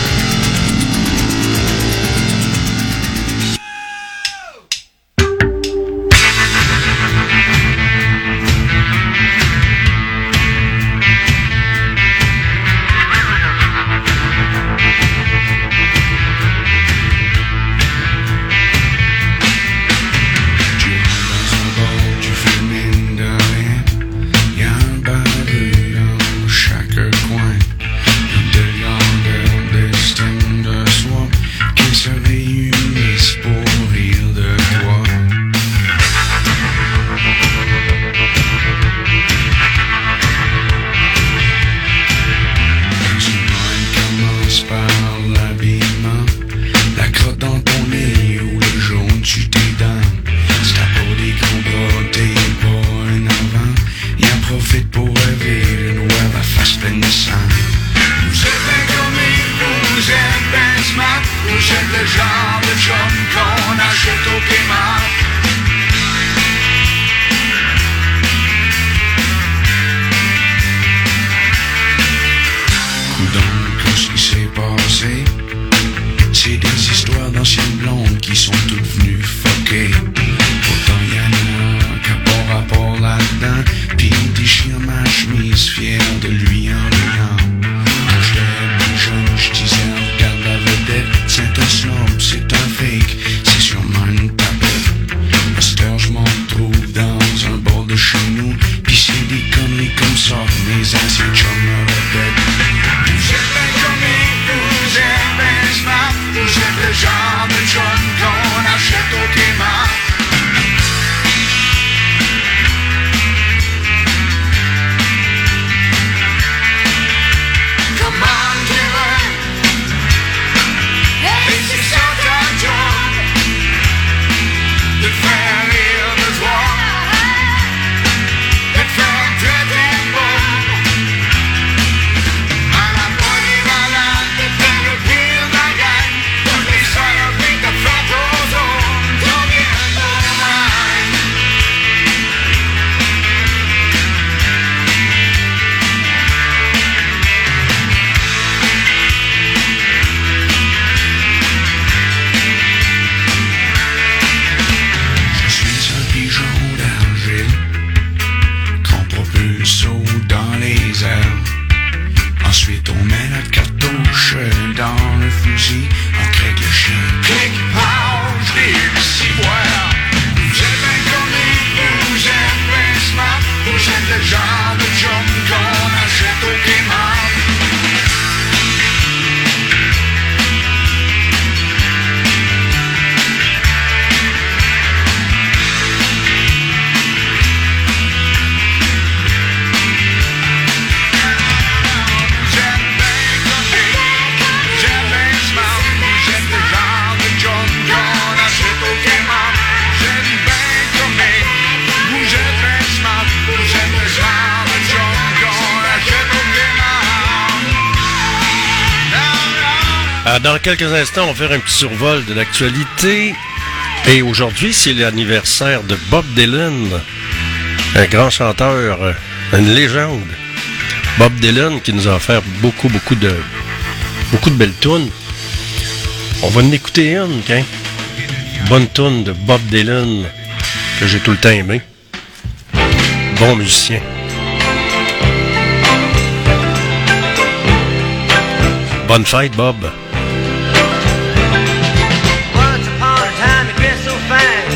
Dans quelques instants, on va faire un petit survol de l'actualité. Et aujourd'hui, c'est l'anniversaire de Bob Dylan, un grand chanteur, une légende. Bob Dylan qui nous a offert beaucoup de belles tunes. On va en écouter une, hein? Bonne tune de Bob Dylan que j'ai tout le temps aimé. Bon musicien. Bonne fête, Bob. Once upon a time you dressed so fine,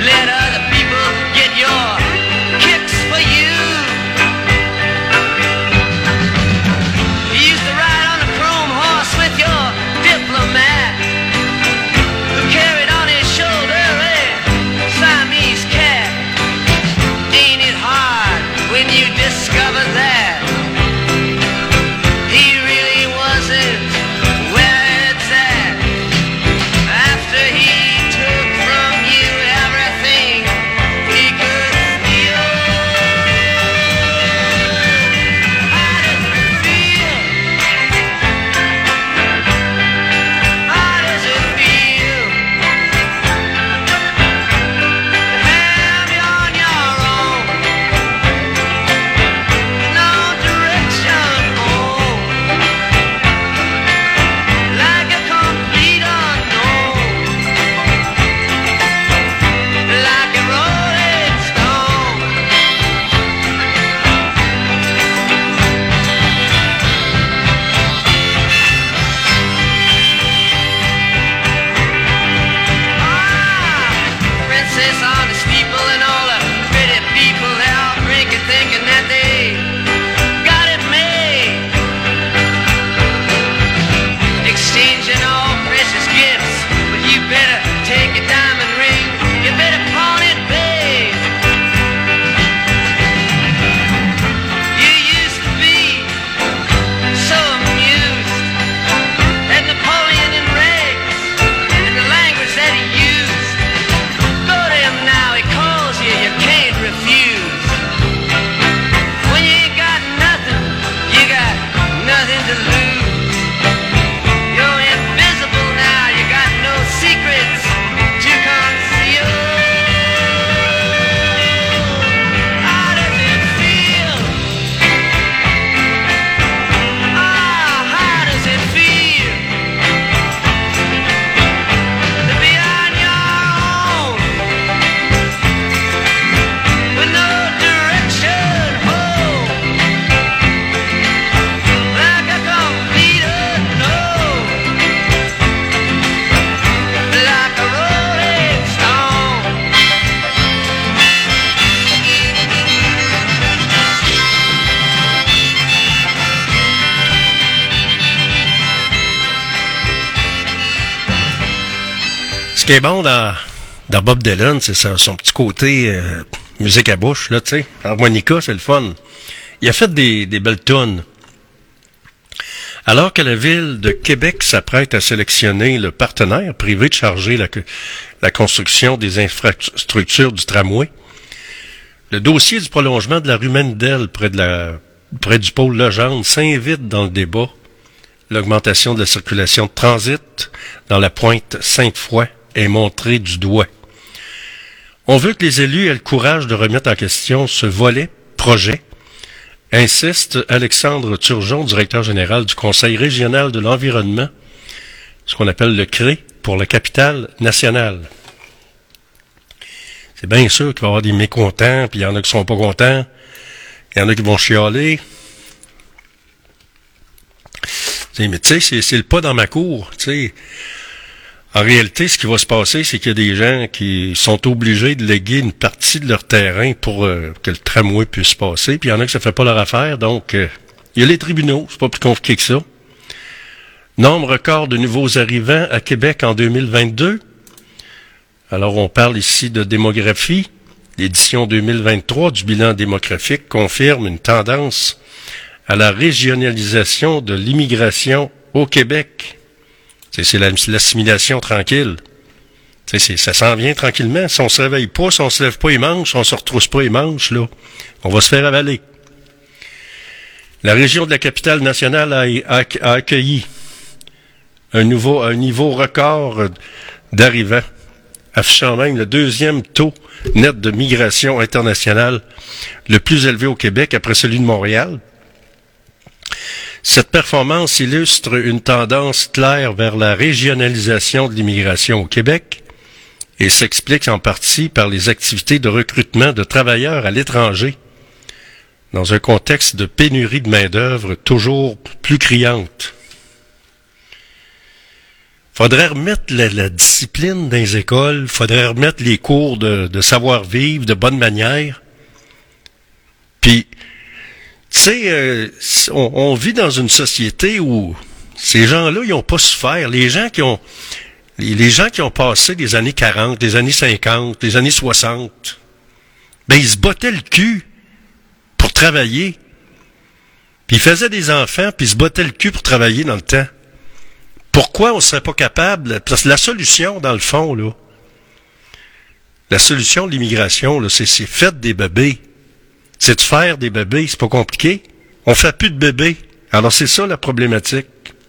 let other people get your kicks for you. You used to ride on a chrome horse with your diplomat, who carried on his shoulder a Siamese cat. Ain't it hard when you discover that he really wasn't where it's at? After he took from you everything he could steal. How does it feel? How does it feel to have you on your own, no direction home, like a complete unknown, like a rolling stone? Princess on the steeple and all the pretty people, they're all drinking, thinking that they got it made, exchanging all precious gifts. But you better take a diamond ring, you better pawn it, babe. You used to be so amused at Napoleon and rags and the language that he used. Go to him now, he calls you, you can't refuse. When you ain't got nothing, you got nothing to lose. You're invisible now, you got no secrets to conceal. How does it feel? How does it feel to be on your own, with no direction home, like a complete unknown, like a rolling stone? Ce qui est bon dans Bob Dylan, c'est son petit côté musique à bouche, là, tu sais. Harmonica, c'est le fun. Il a fait des belles tunes. Alors que la ville de Québec s'apprête à sélectionner le partenaire privé de charger la construction des infrastructures du tramway, le dossier du prolongement de la rue Mendel près du pôle Legendre s'invite dans le débat. L'augmentation de la circulation de transit dans la pointe Sainte-Foy est montrée du doigt. On veut que les élus aient le courage de remettre en question ce volet projet, insiste Alexandre Turgeon, directeur général du Conseil régional de l'environnement, ce qu'on appelle le CRE, pour la capitale nationale. C'est bien sûr qu'il va y avoir des mécontents, puis il y en a qui sont pas contents, il y en a qui vont chialer. Mais tu sais, c'est le pas dans ma cour, tu sais. En réalité, ce qui va se passer, c'est qu'il y a des gens qui sont obligés de léguer une partie de leur terrain pour que le tramway puisse passer, puis il y en a qui ça fait pas leur affaire, donc il y a les tribunaux, c'est pas plus compliqué que ça. Nombre record de nouveaux arrivants à Québec en 2022. Alors, on parle ici de démographie. L'édition 2023 du bilan démographique confirme une tendance à la régionalisation de l'immigration au Québec. C'est l'assimilation tranquille. Ça s'en vient tranquillement. Si on se réveille pas, si on se lève pas les manches, si on se retrousse pas les manches, là, on va se faire avaler. La région de la capitale nationale a accueilli un niveau record d'arrivants, affichant même le deuxième taux net de migration internationale le plus élevé au Québec après celui de Montréal. Cette performance illustre une tendance claire vers la régionalisation de l'immigration au Québec et s'explique en partie par les activités de recrutement de travailleurs à l'étranger dans un contexte de pénurie de main-d'œuvre toujours plus criante. Faudrait remettre la discipline dans les écoles, faudrait remettre les cours de savoir-vivre, de bonne manière. Puis, tu sais, on vit dans une société où ces gens-là, ils n'ont pas souffert. Les gens qui ont passé les années 40, les années 50, les années 60, ben ils se bottaient le cul pour travailler. Puis ils faisaient des enfants, puis ils se bottaient le cul pour travailler dans le temps. Pourquoi on ne serait pas capable? Parce que la solution, dans le fond, là, la solution de l'immigration, là, c'est faire des bébés. C'est de faire des bébés, c'est pas compliqué. On fait plus de bébés. Alors c'est ça la problématique.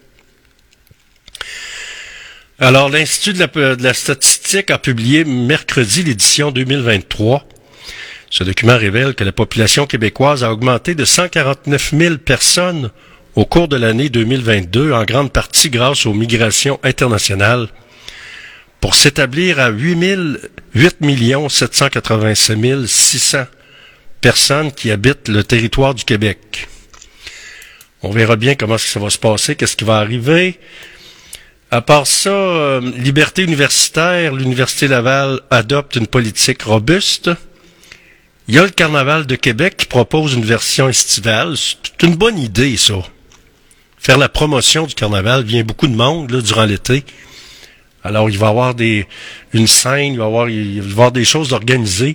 Alors l'Institut de la statistique a publié mercredi l'édition 2023. Ce document révèle que la population québécoise a augmenté de 149 000 personnes au cours de l'année 2022, en grande partie grâce aux migrations internationales, pour s'établir à 8 787 600 personnes qui habitent le territoire du Québec. On verra bien comment ça va se passer, qu'est-ce qui va arriver. À part ça, liberté universitaire, l'Université Laval adopte une politique robuste. Il y a le Carnaval de Québec qui propose une version estivale. C'est une bonne idée, ça. Faire la promotion du Carnaval, vient beaucoup de monde là, durant l'été. Alors, il va y avoir une scène, il va y avoir des choses organisées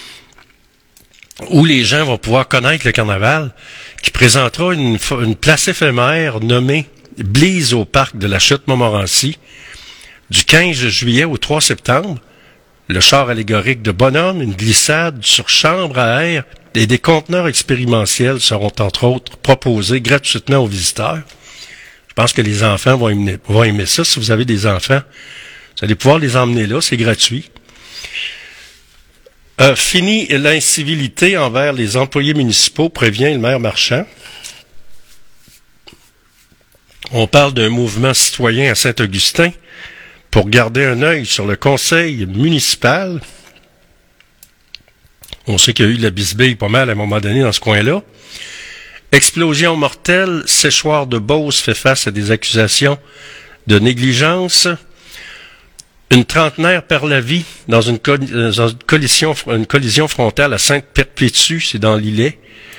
où les gens vont pouvoir connaître le Carnaval, qui présentera une place éphémère nommée Blise au parc de la Chute-Montmorency, du 15 juillet au 3 septembre. Le char allégorique de bonhomme, une glissade sur chambre à air et des conteneurs expérimentiels seront entre autres proposés gratuitement aux visiteurs. Je pense que les enfants vont aimer ça. Si vous avez des enfants, vous allez pouvoir les emmener là, c'est gratuit. Fini l'incivilité envers les employés municipaux, prévient le maire Marchand. On parle d'un mouvement citoyen à Saint-Augustin pour garder un œil sur le conseil municipal. On sait qu'il y a eu de la bisbille pas mal à un moment donné dans ce coin-là. Explosion mortelle, séchoir de Beauce fait face à des accusations de négligence. Une trentenaire perd la vie dans une collision frontale à Sainte-Perpétue, c'est dans l'Îlet.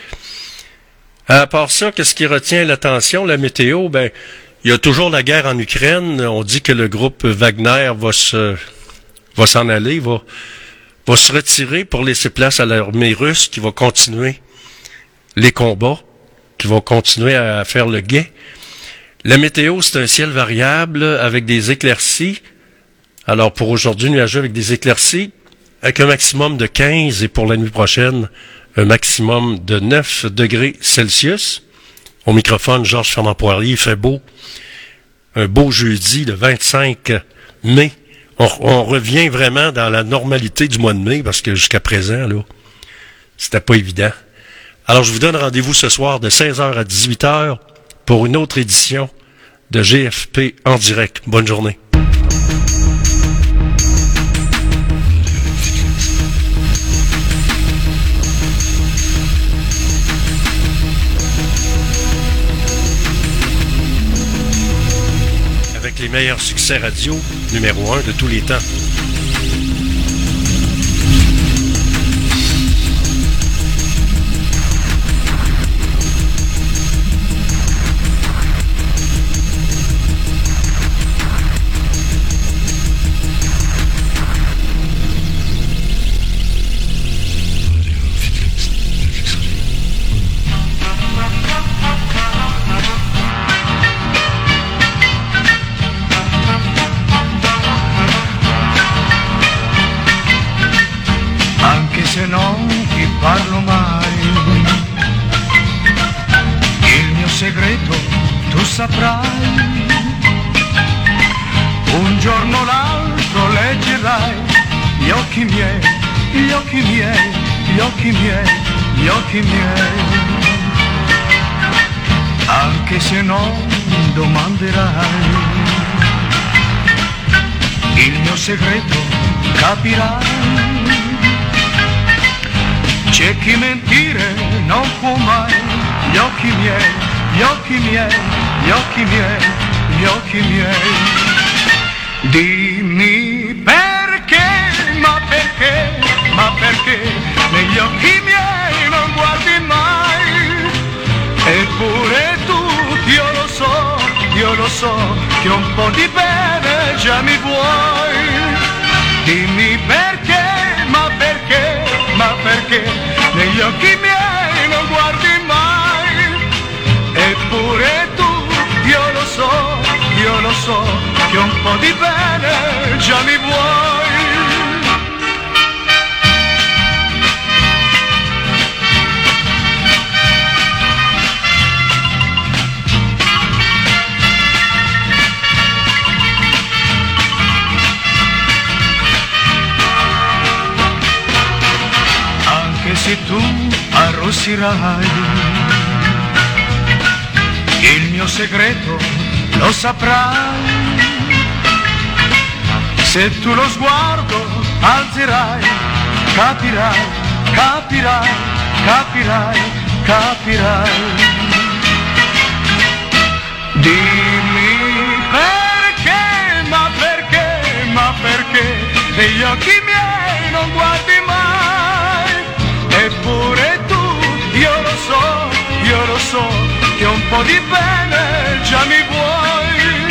À part ça, qu'est-ce qui retient l'attention? La météo, ben, il y a toujours la guerre en Ukraine. On dit que le groupe Wagner va s'en aller, va se retirer pour laisser place à l'armée russe qui va continuer les combats, qui va continuer à faire le guet. La météo, c'est un ciel variable avec des éclaircies. Alors pour aujourd'hui, nuageux avec des éclaircies, avec un maximum de 15 et pour la nuit prochaine, un maximum de 9 degrés Celsius. Au microphone, Georges Fernand Poirier, il fait beau. Un beau jeudi, le 25 mai. On revient vraiment dans la normalité du mois de mai, parce que jusqu'à présent, là, c'était pas évident. Alors, je vous donne rendez-vous ce soir de 16h à 18h pour une autre édition de GFP en direct. Bonne journée. Avec les meilleurs succès radio, numéro 1 de tous les temps. Se non ti parlo mai, il mio segreto tu saprai, un giorno o l'altro leggerai gli occhi miei, gli occhi miei, gli occhi miei, gli occhi miei, anche se non domanderai, il mio segreto capirai. C'è chi mentire non può mai, gli occhi miei, gli occhi miei, gli occhi miei, gli occhi miei. Dimmi perché, ma perché negli occhi miei non guardi mai? Eppure tu, io lo so, che un po' di bene già mi vuoi. Dimmi perché, ma perché negli occhi miei non guardi mai? Eppure tu, io lo so, che un po' di bene già mi vuoi. Anche se tu arrossirai, il mio segreto lo saprai. Se tu lo sguardo alzerai, capirai. Dimmi perché, ma perché negli occhi miei non guardi mai? Eppure tu, io lo so, che un po' di bene già mi vuoi.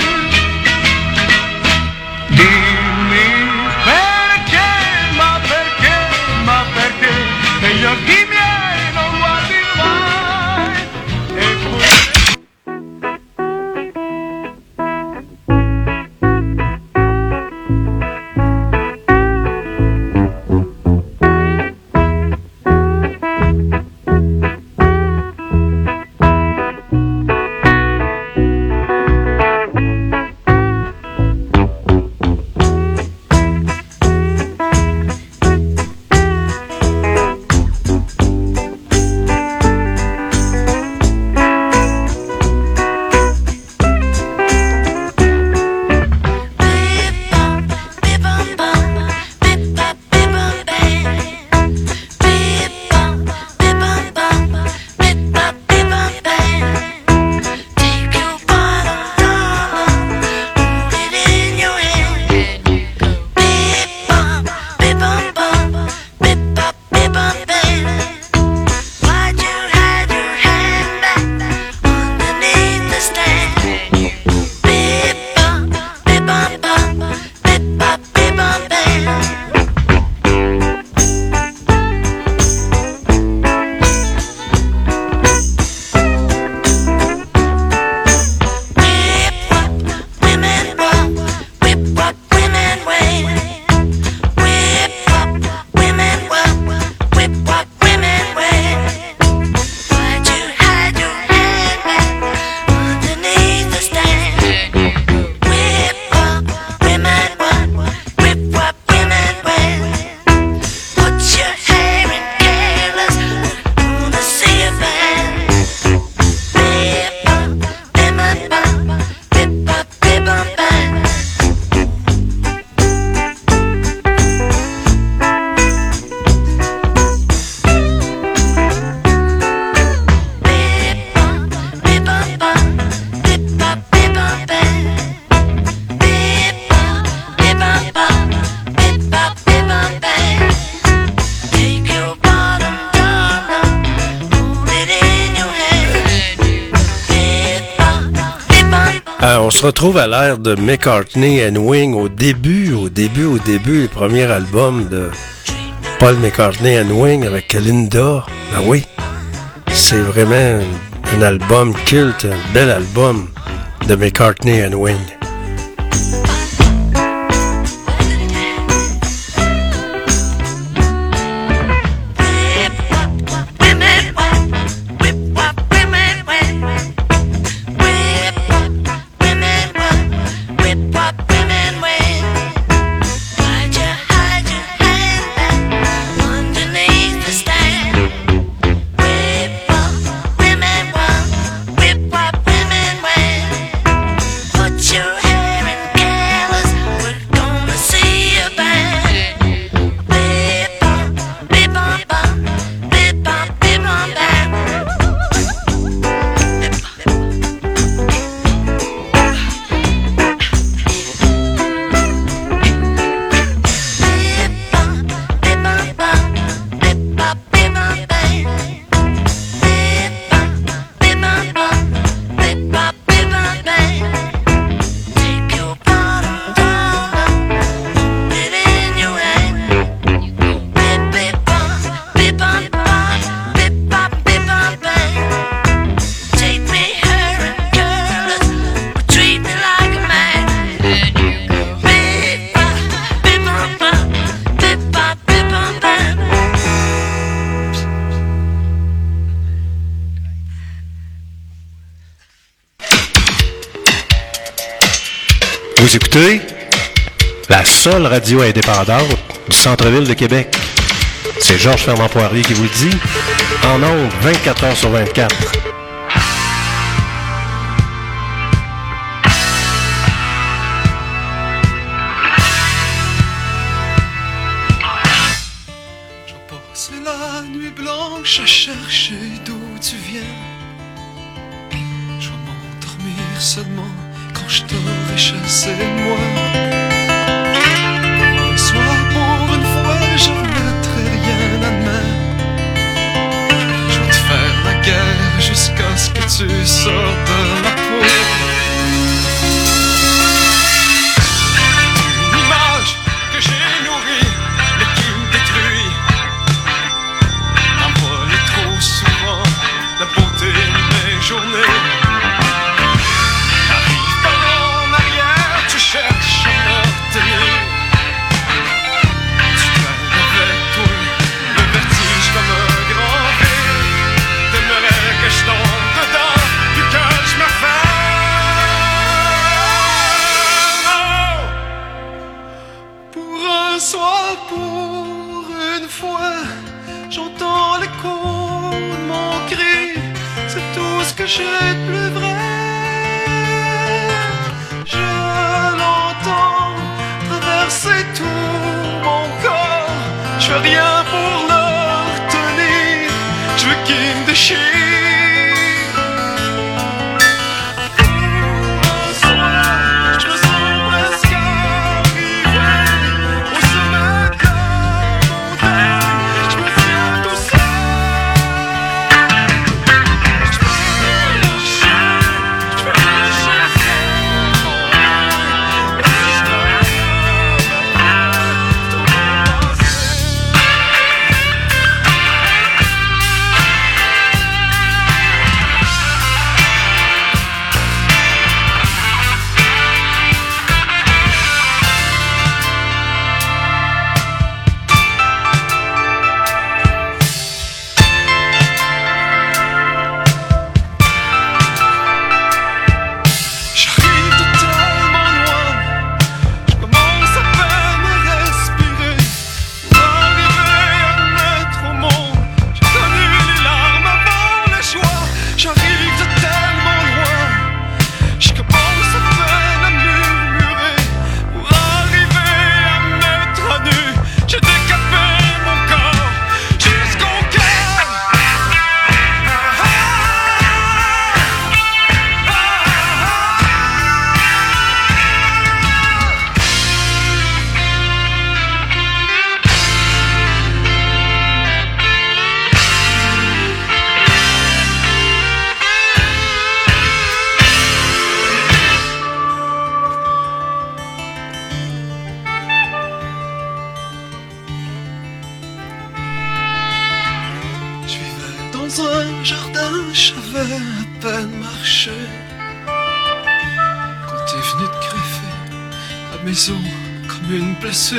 Dimmi perché, ma perché negli occhi miei non guardi mai. Eppure... On se retrouve à l'ère de McCartney and Wing au début, le premier album de Paul McCartney and Wing avec Linda. Ah oui, c'est vraiment un album culte, un bel album de McCartney and Wing. Your Vous écoutez la seule radio indépendante du centre-ville de Québec. C'est Georges Fernand-Poirier qui vous le dit. En ondes, 24 heures sur 24. Je passe la nuit blanche à chercher d'où tu viens. Je vais m'endormir seulement quand je t'aurai chassé moi. Un soir pour une fois je remettrai rien à demain. Je vais te faire la guerre jusqu'à ce que tu sortes de ma peau. Une image que j'ai nourrie mais qui me détruit. Envolé trop souvent la beauté de mes journées. Cherche à me retenir. Tu traînes avec toi le vertige comme un grand vide. T'aimerais que je tombe dedans puis que je me ferme. Pour un soir, pour une fois, j'entends l'écho de mon cri. C'est tout ce que j'ai de plus vrai. C'est tout mon corps. Je fais rien pour le retenir. Je veux qu'il me déchire. Un soir, je me sens presque arrivé au sommet de la montagne. Je me tiens tout seul. Je peux lâcher comme une blessure.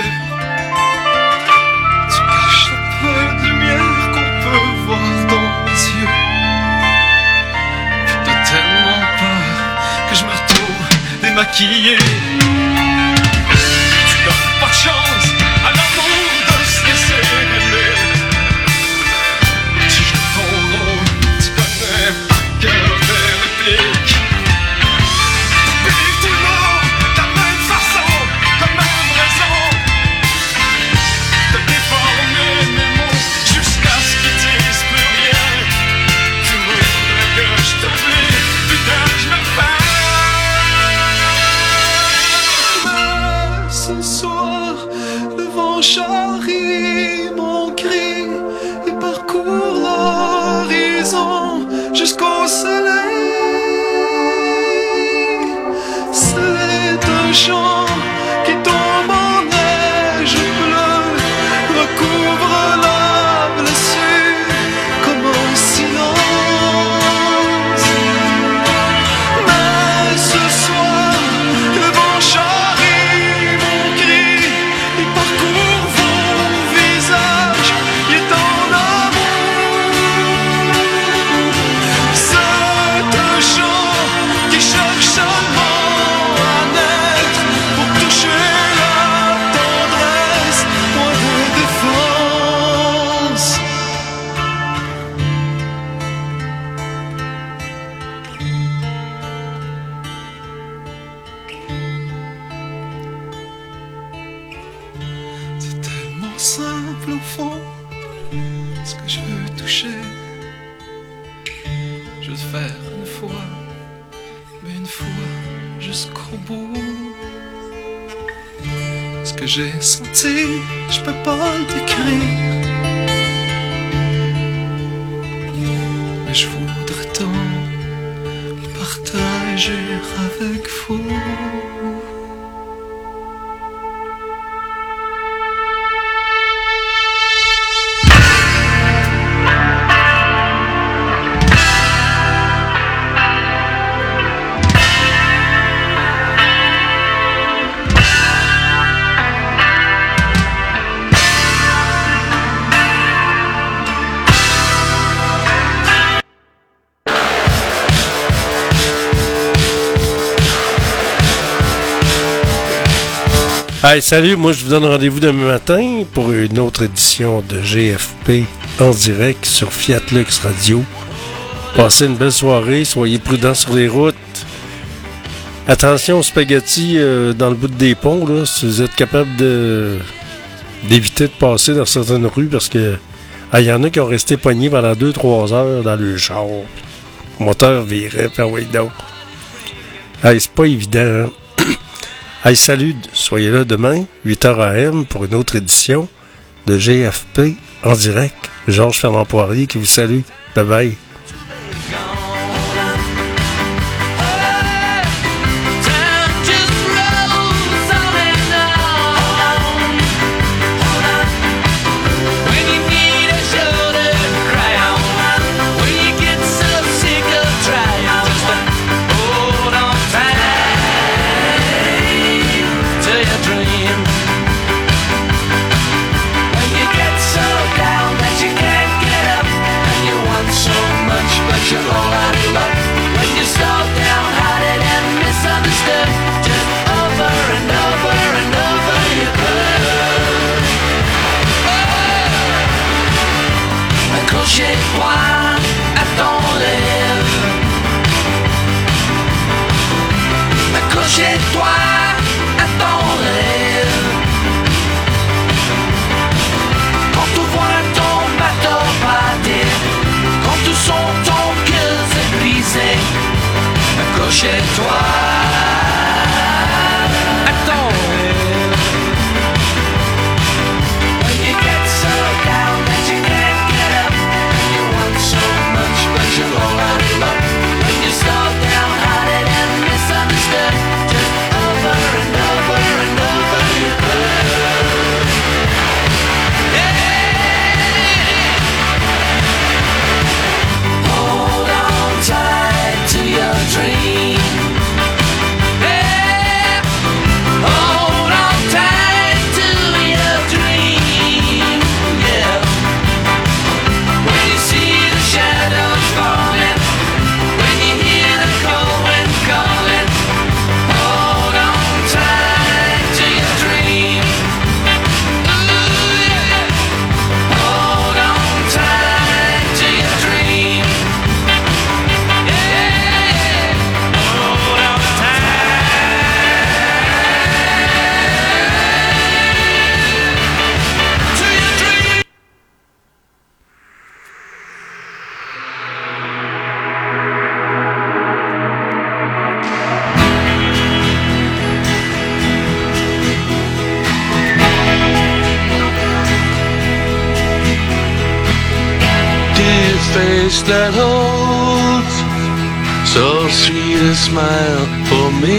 Tu caches le peu de lumière qu'on peut voir dans mes yeux. Puis t'as tellement peur que je me retrouve démaquillé. Tu donnes pas de chance à l'amour de se laisser aimer. Si je joue ton rôle, tu connais par cœur les répliques. Je souffle au fond, ce que je veux toucher. Je veux faire une fois, mais une fois jusqu'au bout. Ce que j'ai senti, je peux pas le décrire. Mais je voudrais tant partager avec vous. Hey, salut, moi je vous donne rendez-vous demain matin pour une autre édition de GFP en direct sur Fiat Lux Radio. Passez une belle soirée, soyez prudents sur les routes. Attention aux spaghettis dans le bout des ponts, là, si vous êtes capable d'éviter de passer dans certaines rues parce que y en a qui ont resté pognés pendant 2-3 heures dans le char. Le moteur virait, puis oui donc. Hey, c'est pas évident, hein? Hey, salut, soyez là demain, 8h AM, pour une autre édition de GFP en direct. Georges Fernand Poirier qui vous salue. Bye bye. Accroche-toi à ton rêve. Quand tu vois ton bateau partir, quand tu sens ton cœur se briser, accroche-toi à ton rêve. When you get so down that you can't get up, and you want so much but you're all out of luck. When you slow down, hearted and misunderstood, just over and over and over you could. Yeah. Hold on tight to your dream. Yeah. Hold on tight to your dream. Yeah. When you see the shadows falling, when you hear the cold wind calling, hold on tight to your dream. Ooh, yeah. Hold on tight to your dream. Yeah. Hold on tight to your dream. Dear face that holds so sweet a smile for me,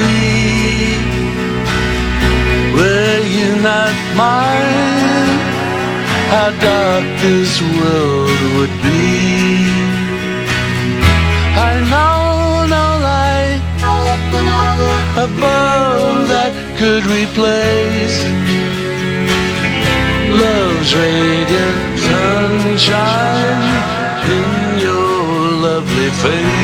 were you not mine, how dark this world would be. I know no light above that could replace love's radiant sunshine in your lovely face.